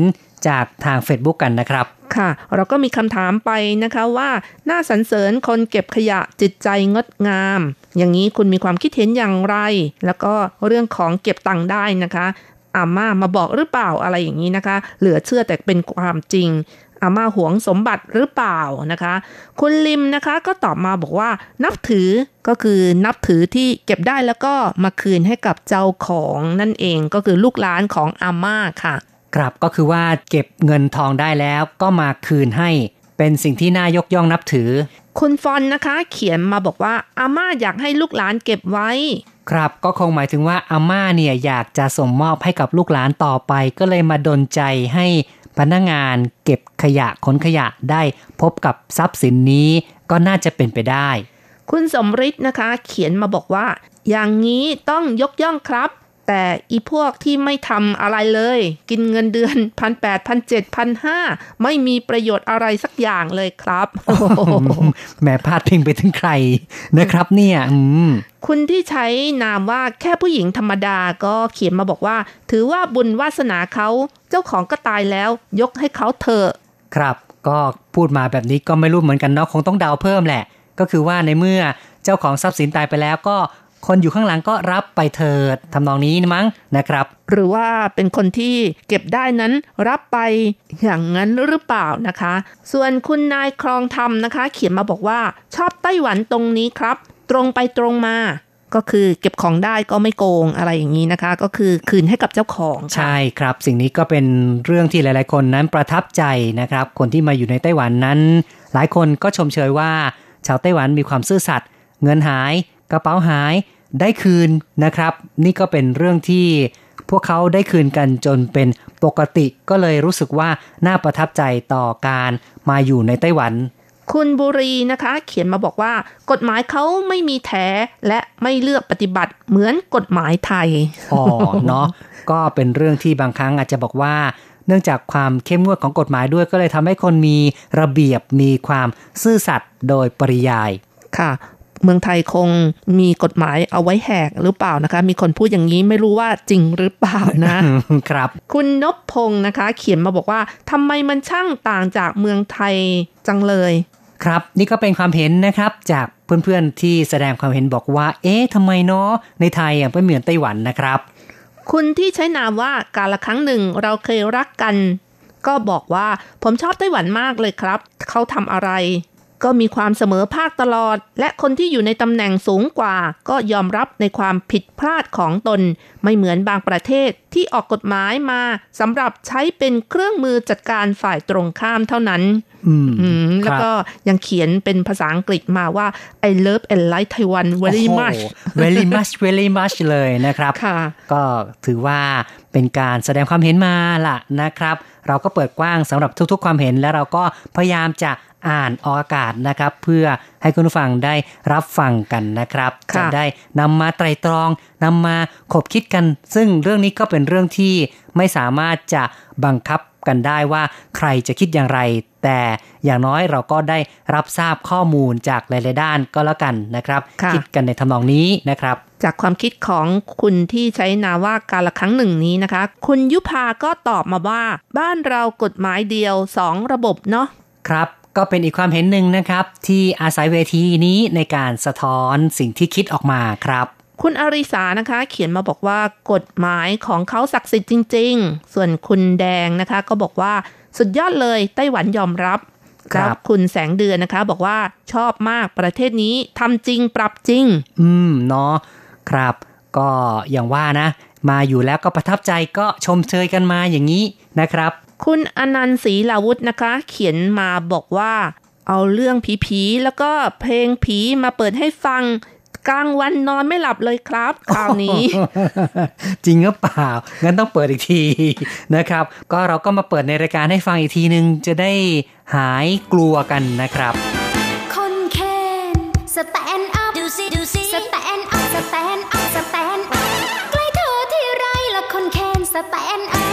จากทาง Facebook กันนะครับค่ะเราก็มีคำถามไปนะคะว่าน่าสรรเสริญคนเก็บขยะจิตใจงดงามอย่างนี้คุณมีความคิดเห็นอย่างไรแล้วก็เรื่องของเก็บตังค์ได้นะคะอาม่ามาบอกหรือเปล่าอะไรอย่างนี้นะคะเหลือเชื่อแต่เป็นความจริงอาม่าหวงสมบัติหรือเปล่านะคะคุณลิมนะคะก็ตอบมาบอกว่านับถือก็คือนับถือที่เก็บได้แล้วก็มาคืนให้กับเจ้าของนั่นเองก็คือลูกหลานของอาม่าค่ะครับก็คือว่าเก็บเงินทองได้แล้วก็มาคืนให้เป็นสิ่งที่น่ายกย่องนับถือคุณฟอนนะคะเขียนมาบอกว่าอาม่าอยากให้ลูกหลานเก็บไว้ครับก็คงหมายถึงว่าอาม่าเนี่ยอยากจะส่งมอบให้กับลูกหลานต่อไปก็เลยมาดลใจให้พนักงานเก็บขยะขนขยะได้พบกับทรัพย์สินนี้ก็น่าจะเป็นไปได้คุณสมฤทธิ์นะคะเขียนมาบอกว่าอย่างนี้ต้องยกย่องครับแต่อีพวกที่ไม่ทำอะไรเลยกินเงินเดือน หนึ่งพันแปดร้อย หนึ่งพันเจ็ดร้อย หนึ่งพันห้าร้อย ไม่มีประโยชน์อะไรสักอย่างเลยครับแม่พาดพิงไปถึงใครนะครับเนี่ยคุณที่ใช้นามว่าแค่ผู้หญิงธรรมดาก็เขียนมาบอกว่าถือว่าบุญวาสนาเขาเจ้าของก็ตายแล้วยกให้เขาเถอะครับก็พูดมาแบบนี้ก็ไม่รู้เหมือนกันเนาะคงต้องเดาเพิ่มแหละก็คือว่าในเมื่อเจ้าของทรัพย์สินตายไปแล้วก็คนอยู่ข้างหลังก็รับไปเถิดทำนองนี้มั้งนะครับหรือว่าเป็นคนที่เก็บได้นั้นรับไปอย่างนั้นหรือเปล่านะคะส่วนคุณนายครองธรรมนะคะเขียนมาบอกว่าชอบไต้หวันตรงนี้ครับตรงไปตรงมาก็คือเก็บของได้ก็ไม่โกงอะไรอย่างนี้นะคะก็คือคืนให้กับเจ้าของใช่ครับสิ่งนี้ก็เป็นเรื่องที่หลายๆคนนั้นประทับใจนะครับคนที่มาอยู่ในไต้หวันนั้นหลายคนก็ชมเชยว่าชาวไต้หวันมีความซื่อสัตย์เงินหายกระเป๋าหายได้คืนนะครับนี่ก็เป็นเรื่องที่พวกเขาได้คืนกันจนเป็นปกติก็เลยรู้สึกว่าน่าประทับใจต่อการมาอยู่ในไต้หวันคุณบุรีนะคะเขียนมาบอกว่ากฎหมายเขาไม่มีแท้และไม่เลือกปฏิบัติเหมือนกฎหมายไทยอ๋อเนาะก็เป็นเรื่องที่บางครั้งอาจจะบอกว่าเนื่องจากความเข้มงวดของกฎหมายด้วยก็เลยทำให้คนมีระเบียบมีความซื่อสัตย์โดยปริยายค่ะเมืองไทยคงมีกฎหมายเอาไว้แหกหรือเปล่านะคะมีคนพูดอย่างนี้ไม่รู้ว่าจริงหรือเปล่านะครับคุณนพพงศ์นะคะเขียนมาบอกว่าทำไมมันช่างต่างจากเมืองไทยจังเลยครับนี่ก็เป็นความเห็นนะครับจากเพื่อนๆที่แสดงความเห็นบอกว่าเอ๊ะทำไมเนาะในไทยอ่ะไม่เหมือนไต้หวันนะครับคุณที่ใช้นามว่ากาลครั้งหนึ่งเราเคยรักกันก็บอกว่าผมชอบไต้หวันมากเลยครับเขาทำอะไรก็มีความเสมอภาคตลอดและคนที่อยู่ในตำแหน่งสูงกว่าก็ยอมรับในความผิดพลาดของตนไม่เหมือนบางประเทศที่ออกกฎหมายมาสำหรับใช้เป็นเครื่องมือจัดการฝ่ายตรงข้ามเท่านั้นอืมแล้วก็ยังเขียนเป็นภาษาอังกฤษมาว่า I love and like Taiwan very much very much very much เลยนะครับก็ถือว่าเป็นการแสดงความเห็นมาล่ะนะครับเราก็เปิดกว้างสำหรับทุกๆความเห็นและเราก็พยายามจะอ่านออกอากาศนะครับเพื่อให้คุณผู้ฟังได้รับฟังกันนะครับจะได้นำมาไตร่ตรองนำมาคบคิดกันซึ่งเรื่องนี้ก็เป็นเรื่องที่ไม่สามารถจะบังคับกันได้ว่าใครจะคิดอย่างไรแต่อย่างน้อยเราก็ได้รับทราบข้อมูลจากหลายๆด้านก็แล้วกันนะครับคิดกันในทำนองนี้นะครับจากความคิดของคุณที่ใช้นามว่ากาลครั้งหนึ่งนี้นะคะคุณยุพาก็ตอบมาว่าบ้านเรากฎหมายเดียวสองระบบเนาะครับก็เป็นอีกความเห็นหนึ่งนะครับที่อาศัยเวทีนี้ในการสะท้อนสิ่งที่คิดออกมาครับคุณอริสานะคะเขียนมาบอกว่ากฎหมายของเขาศักดิ์สิทธิ์จริงๆส่วนคุณแดงนะคะก็บอกว่าสุดยอดเลยไต้หวันยอมรับครับคุณแสงเดือนนะคะบอกว่าชอบมากประเทศนี้ทำจริงปรับจริงอืมเนาะครับก็อย่างว่านะมาอยู่แล้วก็ประทับใจก็ชมเชยกันมาอย่างนี้นะครับคุณอนันต์ศรีลาวุธนะคะเขียนมาบอกว่าเอาเรื่องผีๆแล้วก็เพลงผีมาเปิดให้ฟังกลางวันนอนไม่หลับเลยครับคราวนี้จริงหรือเปล่างั้นต้องเปิดอีกทีนะครับก็เราก็มาเปิดในรายการให้ฟังอีกทีนึงจะได้หายกลัวกันนะครับคนแค้นสแตนด์อัพดูสิดูสิสแตนด์อัพสแตนด์อัพสแตนด์อัพใกล้เธอที่ไรละคนแค้นสแตนด์อัพ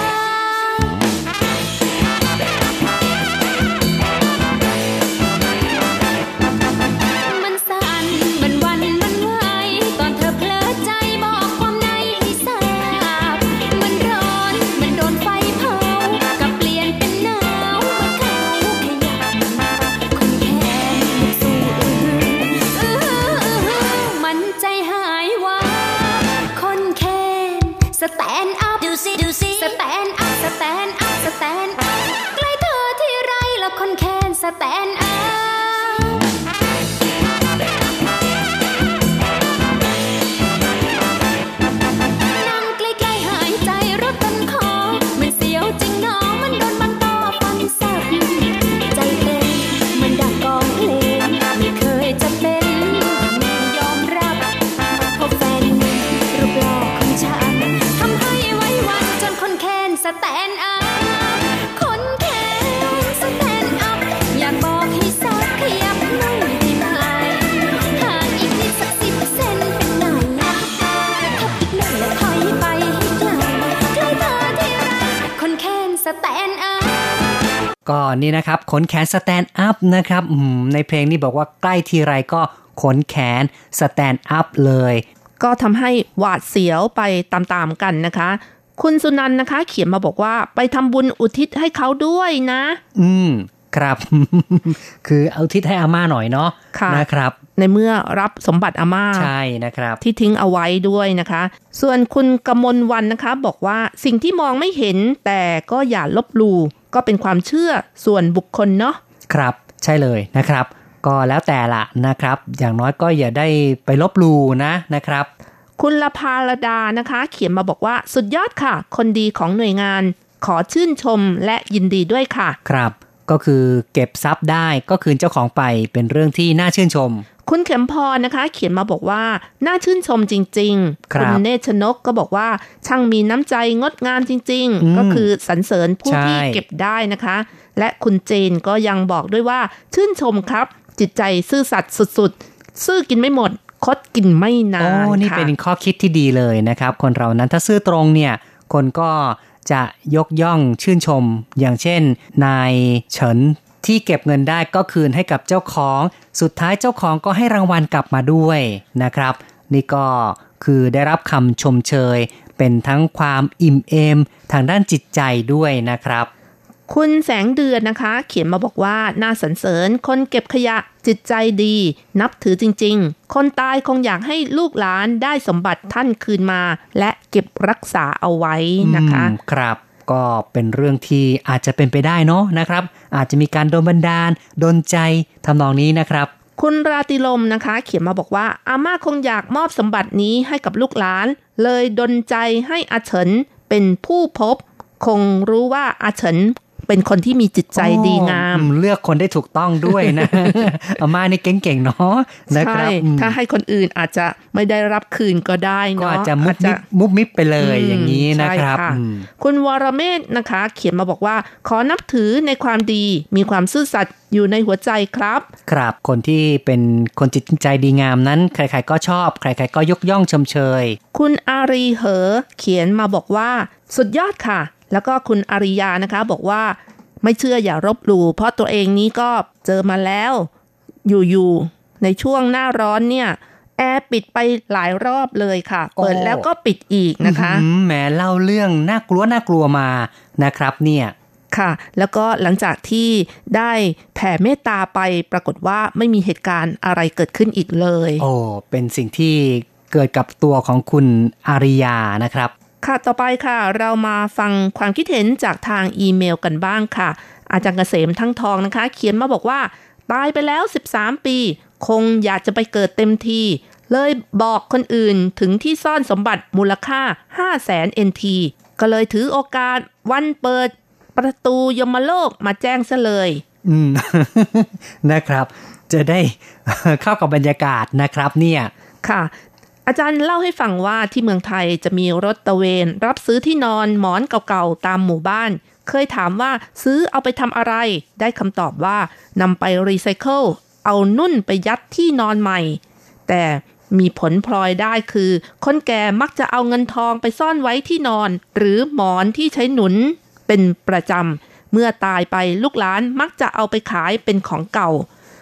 เแตนด์อัพนั่งใกล้ๆหายใจรถต้นคอมันเสียวจริงหนอมันโดนบางตอฟันสับใจเต้นมันดังกองเพลงไม่เคยจะเป็นยอมรับเพราะแฟนรูปหล่อของฉันทำให้ไว้วันจนคนแค้นสแตนด์อัพคนแค้นสแตนด์อัพอยากบอกให้สักขยับหน่อยได้ไหมห่างอีกนิดสักสิบเซนเป็นไหนทับอีกหน่อยแล้วถอยไปให้ไกลใกล้เธอที่ไรคนแค้นสแตนด์อัพก็นี่นะครับขนแขนสแตนด์อัพนะครับในเพลงนี้บอกว่าใกล้ทีไรก็ขนแขนสแตนด์อัพเลยก็ทำให้หวาดเสียวไปตามๆกันนะคะคุณสุนันท์นะคะเขียนมาบอกว่าไปทำบุญอุทิศให้เขาด้วยนะอืมครับ คือเอาทิศให้อาม่าหน่อยเนาะนะครับในเมื่อรับสมบัติอาม่าใช่นะครับที่ทิ้งเอาไว้ด้วยนะคะส่วนคุณกมลวรรณนะคะบอกว่าสิ่งที่มองไม่เห็นแต่ก็อย่าลบหลู่ก็เป็นความเชื่อส่วนบุคคลเนาะครับใช่เลยนะครับก็แล้วแต่ละนะครับอย่างน้อยก็อย่าได้ไปลบหลู่นะนะครับคุณละพาลดานะคะเขียนมาบอกว่าสุดยอดค่ะคนดีของหน่วยงานขอชื่นชมและยินดีด้วยค่ะครับก็คือเก็บทรัพย์ได้ก็คืนเจ้าของไปเป็นเรื่องที่น่าชื่นชมคุณเข็มพรนะคะเขียนมาบอกว่าน่าชื่นชมจริงๆ คุณเนชนกก็บอกว่าช่างมีน้ำใจงดงามจริงๆก็คือสรรเสริญผู้ที่เก็บได้นะคะและคุณเจนก็ยังบอกด้วยว่าชื่นชมครับจิตใจซื่อสัตย์สุดๆซื่อกินไม่หมดคดกินไม่นานค่ะโอ้นี่เป็นข้อคิดที่ดีเลยนะครับคนเรานั้นถ้าซื่อตรงเนี่ยคนก็จะยกย่องชื่นชมอย่างเช่นนายเฉินที่เก็บเงินได้ก็คืนให้กับเจ้าของสุดท้ายเจ้าของก็ให้รางวัลกลับมาด้วยนะครับนี่ก็คือได้รับคำชมเชยเป็นทั้งความอิ่มเอมทางด้านจิตใจด้วยนะครับคุณแสงเดือนนะคะเขียนมาบอกว่าน่าสรรเสริญคนเก็บขยะจิตใจดีนับถือจริงๆคนตายคงอยากให้ลูกหลานได้สมบัติท่านคืนมาและเก็บรักษาเอาไว้นะคะครับก็เป็นเรื่องที่อาจจะเป็นไปได้เนาะนะครับอาจจะมีการโดนบันดาลดลใจทำนองนี้นะครับคุณราติลมนะคะเขียนมาบอกว่าอาม่าคงอยากมอบสมบัตินี้ให้กับลูกหลานเลยดลใจให้อาเฉินเป็นผู้พบคงรู้ว่าอาเฉินเป็นคนที่มีจิตใจดีงามเลือกคนได้ถูกต้องด้วยนะ อาม่านี่เก่งๆเนาะนะครับถ้าให้คนอื่นอาจจะไม่ได้รับคืนก็ได้เนาะก็อาจจะมุบมิบมุบมิบไปเลยอย่างนี้นะครับคุณวรเมธนะคะเขียนมาบอกว่าขอนับถือในความดีมีความซื่อสัตย์อยู่ในหัวใจครับครับคนที่เป็นคนจิตใจดีงามนั้นใครๆก็ชอบใครๆก็ยกย่องชมเชยคุณอารีเหอเขียนมาบอกว่าสุดยอดค่ะแล้วก็คุณอาริยานะคะบอกว่าไม่เชื่ออย่ารบหลู่เพราะตัวเองนี้ก็เจอมาแล้วอยู่ๆในช่วงหน้าร้อนเนี่ยแอร์ปิดไปหลายรอบเลยค่ะเปิดแล้วก็ปิดอีกนะคะแหมเล่าเรื่องน่ากลัวน่ากลัวมานะครับเนี่ยค่ะแล้วก็หลังจากที่ได้แผ่เมตตาไปปรากฏว่าไม่มีเหตุการณ์อะไรเกิดขึ้นอีกเลยโอ้เป็นสิ่งที่เกิดกับตัวของคุณอาริยานะครับค่ะต่อไปค่ะเรามาฟังความคิดเห็นจากทางอีเมลกันบ้างค่ะอาจารย์เกษมทั้งทองนะคะเขียนมาบอกว่าตายไปแล้วสิบสามปีคงอยากจะไปเกิดเต็มทีเลยบอกคนอื่นถึงที่ซ่อนสมบัติมูลค่า ห้าแสน เอ็น ที ก็เลยถือโอกาสวันเปิดประตูยมโลกมาแจ้งซะเลยอืม นะครับจะได้เข้ากับบรรยากาศนะครับเนี่ยค่ะอาจารย์เล่าให้ฟังว่าที่เมืองไทยจะมีรถตะเวนรับซื้อที่นอนหมอนเก่าๆตามหมู่บ้านเคยถามว่าซื้อเอาไปทำอะไรได้คำตอบว่านำไปรีไซเคิลเอานุ่นไปยัดที่นอนใหม่แต่มีผลพลอยได้คือคนแก่มักจะเอาเงินทองไปซ่อนไว้ที่นอนหรือหมอนที่ใช้หนุนเป็นประจำเมื่อตายไปลูกหลานมักจะเอาไปขายเป็นของเก่า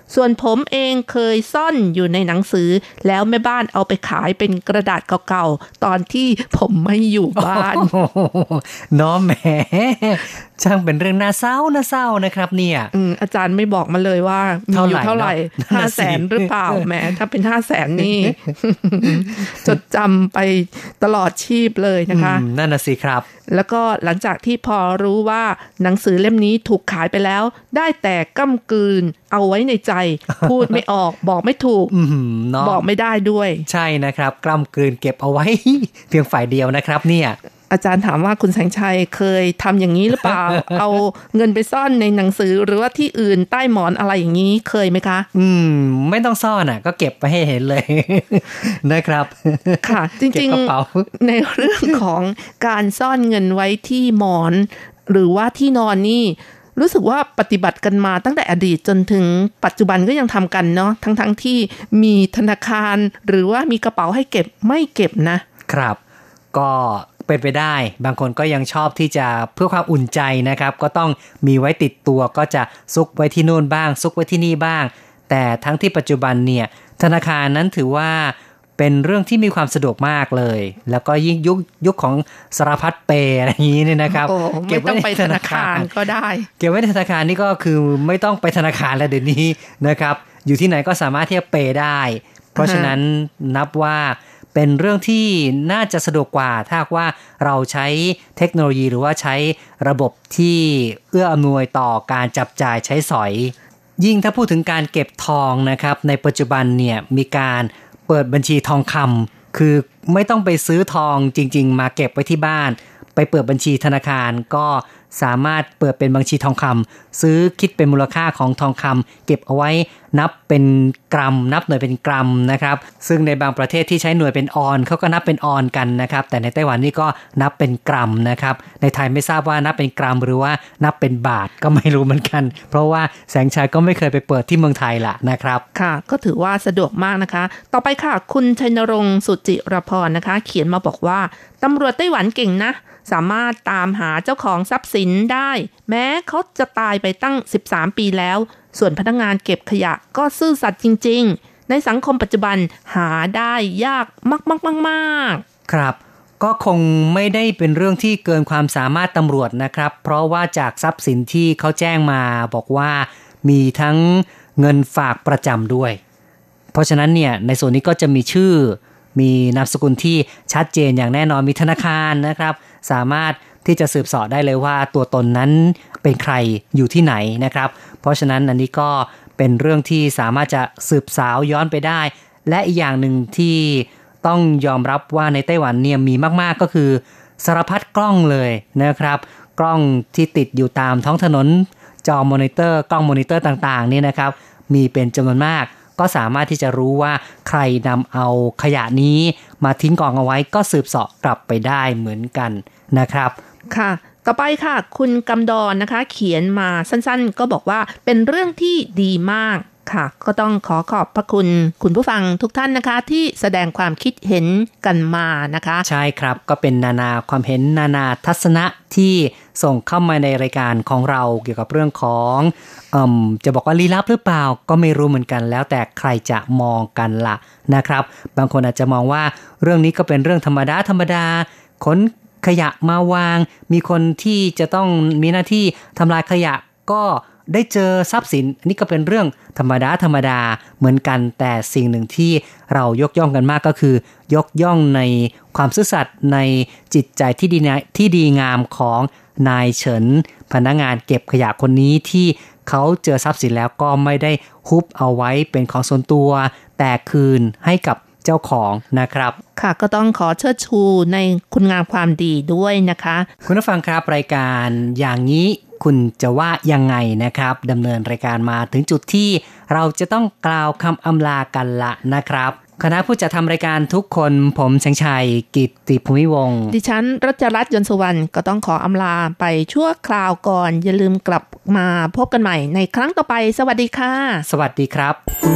ส่วนผมเองเคยซ่อนอยู่ในหนังสือแล้วแม่บ้านเอาไปขายเป็นกระดาษเก่าๆตอนที่ผมไม่อยู่บ้านน้องแหมช่างเป็นเรื่องน่าเศร้าน่าเศร้านะครับเนี่ยอืมอาจารย์ไม่บอกมาเลยว่ามีอยู่เท่าไหร่ ห้าแสน หรือเปล่าแหมถ้าเป็น ห้าแสน นี่ จดจำไปตลอดชีพเลยนะคะนั่นน่ะสิครับแล้วก็หลังจากที่พอรู้ว่าหนังสือเล่มนี้ถูกขายไปแล้วได้แต่ก้ำกลืนเอาไว้ในใจ พูดไม่ออกบอกไม่ถูก บอกไม่ได้ด้วยใช่นะครับกล้ำกลืนเก็บเอาไว้ เพียงฝ่ายเดียวนะครับเนี่ยอาจารย์ถามว่าคุณแสงชัยเคยทำอย่างนี้หรือเปล่า เอาเงินไปซ่อนในหนังสือหรือว่าที่อื่นใต้หมอนอะไรอย่างนี้เคยไหมคะอืมไม่ต้องซ่อนอ่ะก็เก็บไปให้เห็นเลย นะครับค่ะจริงๆในเรื่องของการซ่อนเงินไว้ที่หมอนหรือว่าที่นอนนี่รู้สึกว่าปฏิบัติกันมาตั้งแต่อดีตจนถึงปัจจุบันก็ยังทำกันเนาะทั้งๆที่มีธนาคารหรือว่ามีกระเป๋าให้เก็บไม่เก็บนะครับก็เป็นไปได้บางคนก็ยังชอบที่จะเพื่อความอุ่นใจนะครับก็ต้องมีไว้ติดตัวก็จะซุกไว้ที่โน่นบ้างซุกไว้ที่นี่บ้างแต่ทั้งที่ปัจจุบันเนี่ยธนาคารนั้นถือว่าเป็นเรื่องที่มีความสะดวกมากเลยแล้วก็ยิ่งยุคยุคของสารพัดเปย์อะไรอย่างนี้เนี่ยนะครับเก็บไว้ในธนาคารก็ได้เก็บไว้ในธนาคารนี่ก็คือไม่ต้องไปธนาคารแล้วเดี๋ยวนี้นะครับอยู่ที่ไหนก็สามารถที่จะเปย์ได้เพราะฉะนั้นนับว่าเป็นเรื่องที่น่าจะสะดวกกว่าถ้าว่าเราใช้เทคโนโลยีหรือว่าใช้ระบบที่เอื้ออำนวยต่อการจับจ่ายใช้สอยยิ่งถ้าพูดถึงการเก็บทองนะครับในปัจจุบันเนี่ยมีการเปิดบัญชีทองคำคือไม่ต้องไปซื้อทองจริงๆมาเก็บไว้ที่บ้านไปเปิดบัญชีธนาคารก็สามารถเปิดเป็นบัญชีทองคำซื้อคิดเป็นมูลค่าของทองคำเก็บเอาไว้นับเป็นกรัมนับหน่วยเป็นกรัมนะครับซึ่งในบางประเทศที่ใช้หน่วยเป็นออนเขาก็นับเป็นออนกันนะครับแต่ในไต้หวันนี่ก็นับเป็นกรัมนะครับในไทยไม่ทราบว่านับเป็นกรัมหรือว่านับเป็นบาทก็ไม่รู้เหมือนกันเพราะว่าแสงชัยก็ไม่เคยไปเปิดที่เมืองไทยล่ะนะครับค่ะก็ถือว่าสะดวกมากนะคะต่อไปค่ะคุณชัยนรงค์สุจิรพรนะคะเขียนมาบอกว่าตำรวจไต้หวันเก่งนะสามารถตามหาเจ้าของทรัพย์สินได้แม้เขาจะตายไปตั้งสิบสามปีแล้วส่วนพนักงานเก็บขยะก็ซื่อสัตย์จริงๆในสังคมปัจจุบันหาได้ยากมากๆๆครับก็คงไม่ได้เป็นเรื่องที่เกินความสามารถตำรวจนะครับเพราะว่าจากทรัพย์สินที่เขาแจ้งมาบอกว่ามีทั้งเงินฝากประจำด้วยเพราะฉะนั้นเนี่ยในส่วนนี้ก็จะมีชื่อมีนามสกุลที่ชัดเจนอย่างแน่นอนมีธนาคารนะครับสามารถที่จะสืบเสาะได้เลยว่าตัวตนนั้นเป็นใครอยู่ที่ไหนนะครับเพราะฉะนั้นอันนี้ก็เป็นเรื่องที่สามารถจะสืบสาวย้อนไปได้และอีกอย่างหนึ่งที่ต้องยอมรับว่าในไต้หวันเนี่ยมีมากๆก็คือสารพัดกล้องเลยนะครับกล้องที่ติดอยู่ตามท้องถนนจอมอนิเตอร์กล้องมอนิเตอร์ต่างๆนี่นะครับมีเป็นจำนวนมากก็สามารถที่จะรู้ว่าใครนำเอาขยะนี้มาทิ้งกองเอาไว้ก็สืบเสาะกลับไปได้เหมือนกันนะครับค่ะต่อไปค่ะคุณกำดรนะคะเขียนมาสั้นๆก็บอกว่าเป็นเรื่องที่ดีมากค่ะก็ต้องขอขอบพระคุณคุณผู้ฟังทุกท่านนะคะที่แสดงความคิดเห็นกันมานะคะใช่ครับก็เป็นนานาความเห็นนานาทัศนะที่ส่งเข้ามาในรายการของเราเกี่ยวกับเรื่องของเอ่อจะบอกว่าลี้ลับหรือเปล่าก็ไม่รู้เหมือนกันแล้วแต่ใครจะมองกันล่ะนะครับบางคนอาจจะมองว่าเรื่องนี้ก็เป็นเรื่องธรรมดาธรรมดาขนขยะมาวางมีคนที่จะต้องมีหน้าที่ทำลายขยะก็ได้เจอทรัพย์สินอันนี้ก็เป็นเรื่องธรรมดาธรรมดาเหมือนกันแต่สิ่งหนึ่งที่เรายกย่องกันมากก็คือยกย่องในความซื่อสัตย์ในจิตใจที่ดีที่ดีงามของนายเฉินพนักงานเก็บขยะคนนี้ที่เขาเจอทรัพย์สินแล้วก็ไม่ได้ฮุบเอาไว้เป็นของส่วนตัวแต่คืนให้กับเจ้าของนะครับค่ะก็ต้องขอเชิดชูในคุณงามความดีด้วยนะคะคุณผู้ฟังครับรายการอย่างนี้คุณจะว่ายังไงนะครับดำเนินรายการมาถึงจุดที่เราจะต้องกล่าวคำอำลากันละนะครับคณะผู้จัดทำรายการทุกคนผมแสงชัยกิตติภูมิวงศ์ดิฉันรัชรัตน์ยนต์สุวรรณก็ต้องขออำลาไปชั่วคราวก่อนอย่าลืมกลับมาพบกันใหม่ในครั้งต่อไปสวัสดีค่ะสวัสดีครับ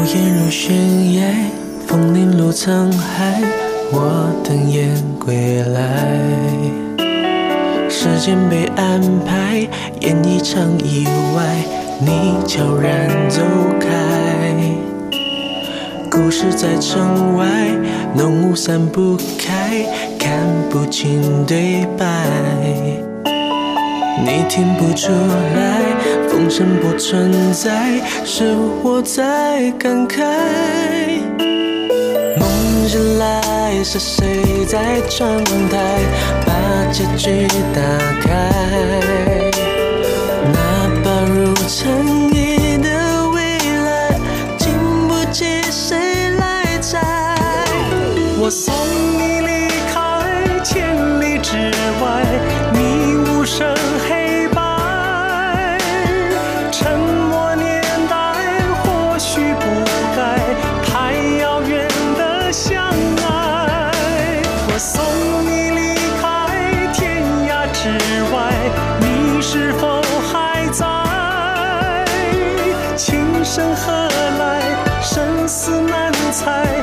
风铃落沧海我等雁归来时间被安排演一场意外你悄然走开故事在城外，浓雾散不开，看不清对白。你听不出来，风声不存在，是我在感慨。梦醒来，是谁在窗台把结局打开？那把如尘埃的未来，经不起谁来摘。我送你离开千里之外，你无声黑白，沉默年代或许不该太遥远的相爱。我送你离开天涯之外，你是否还在？情深何来，生死难猜，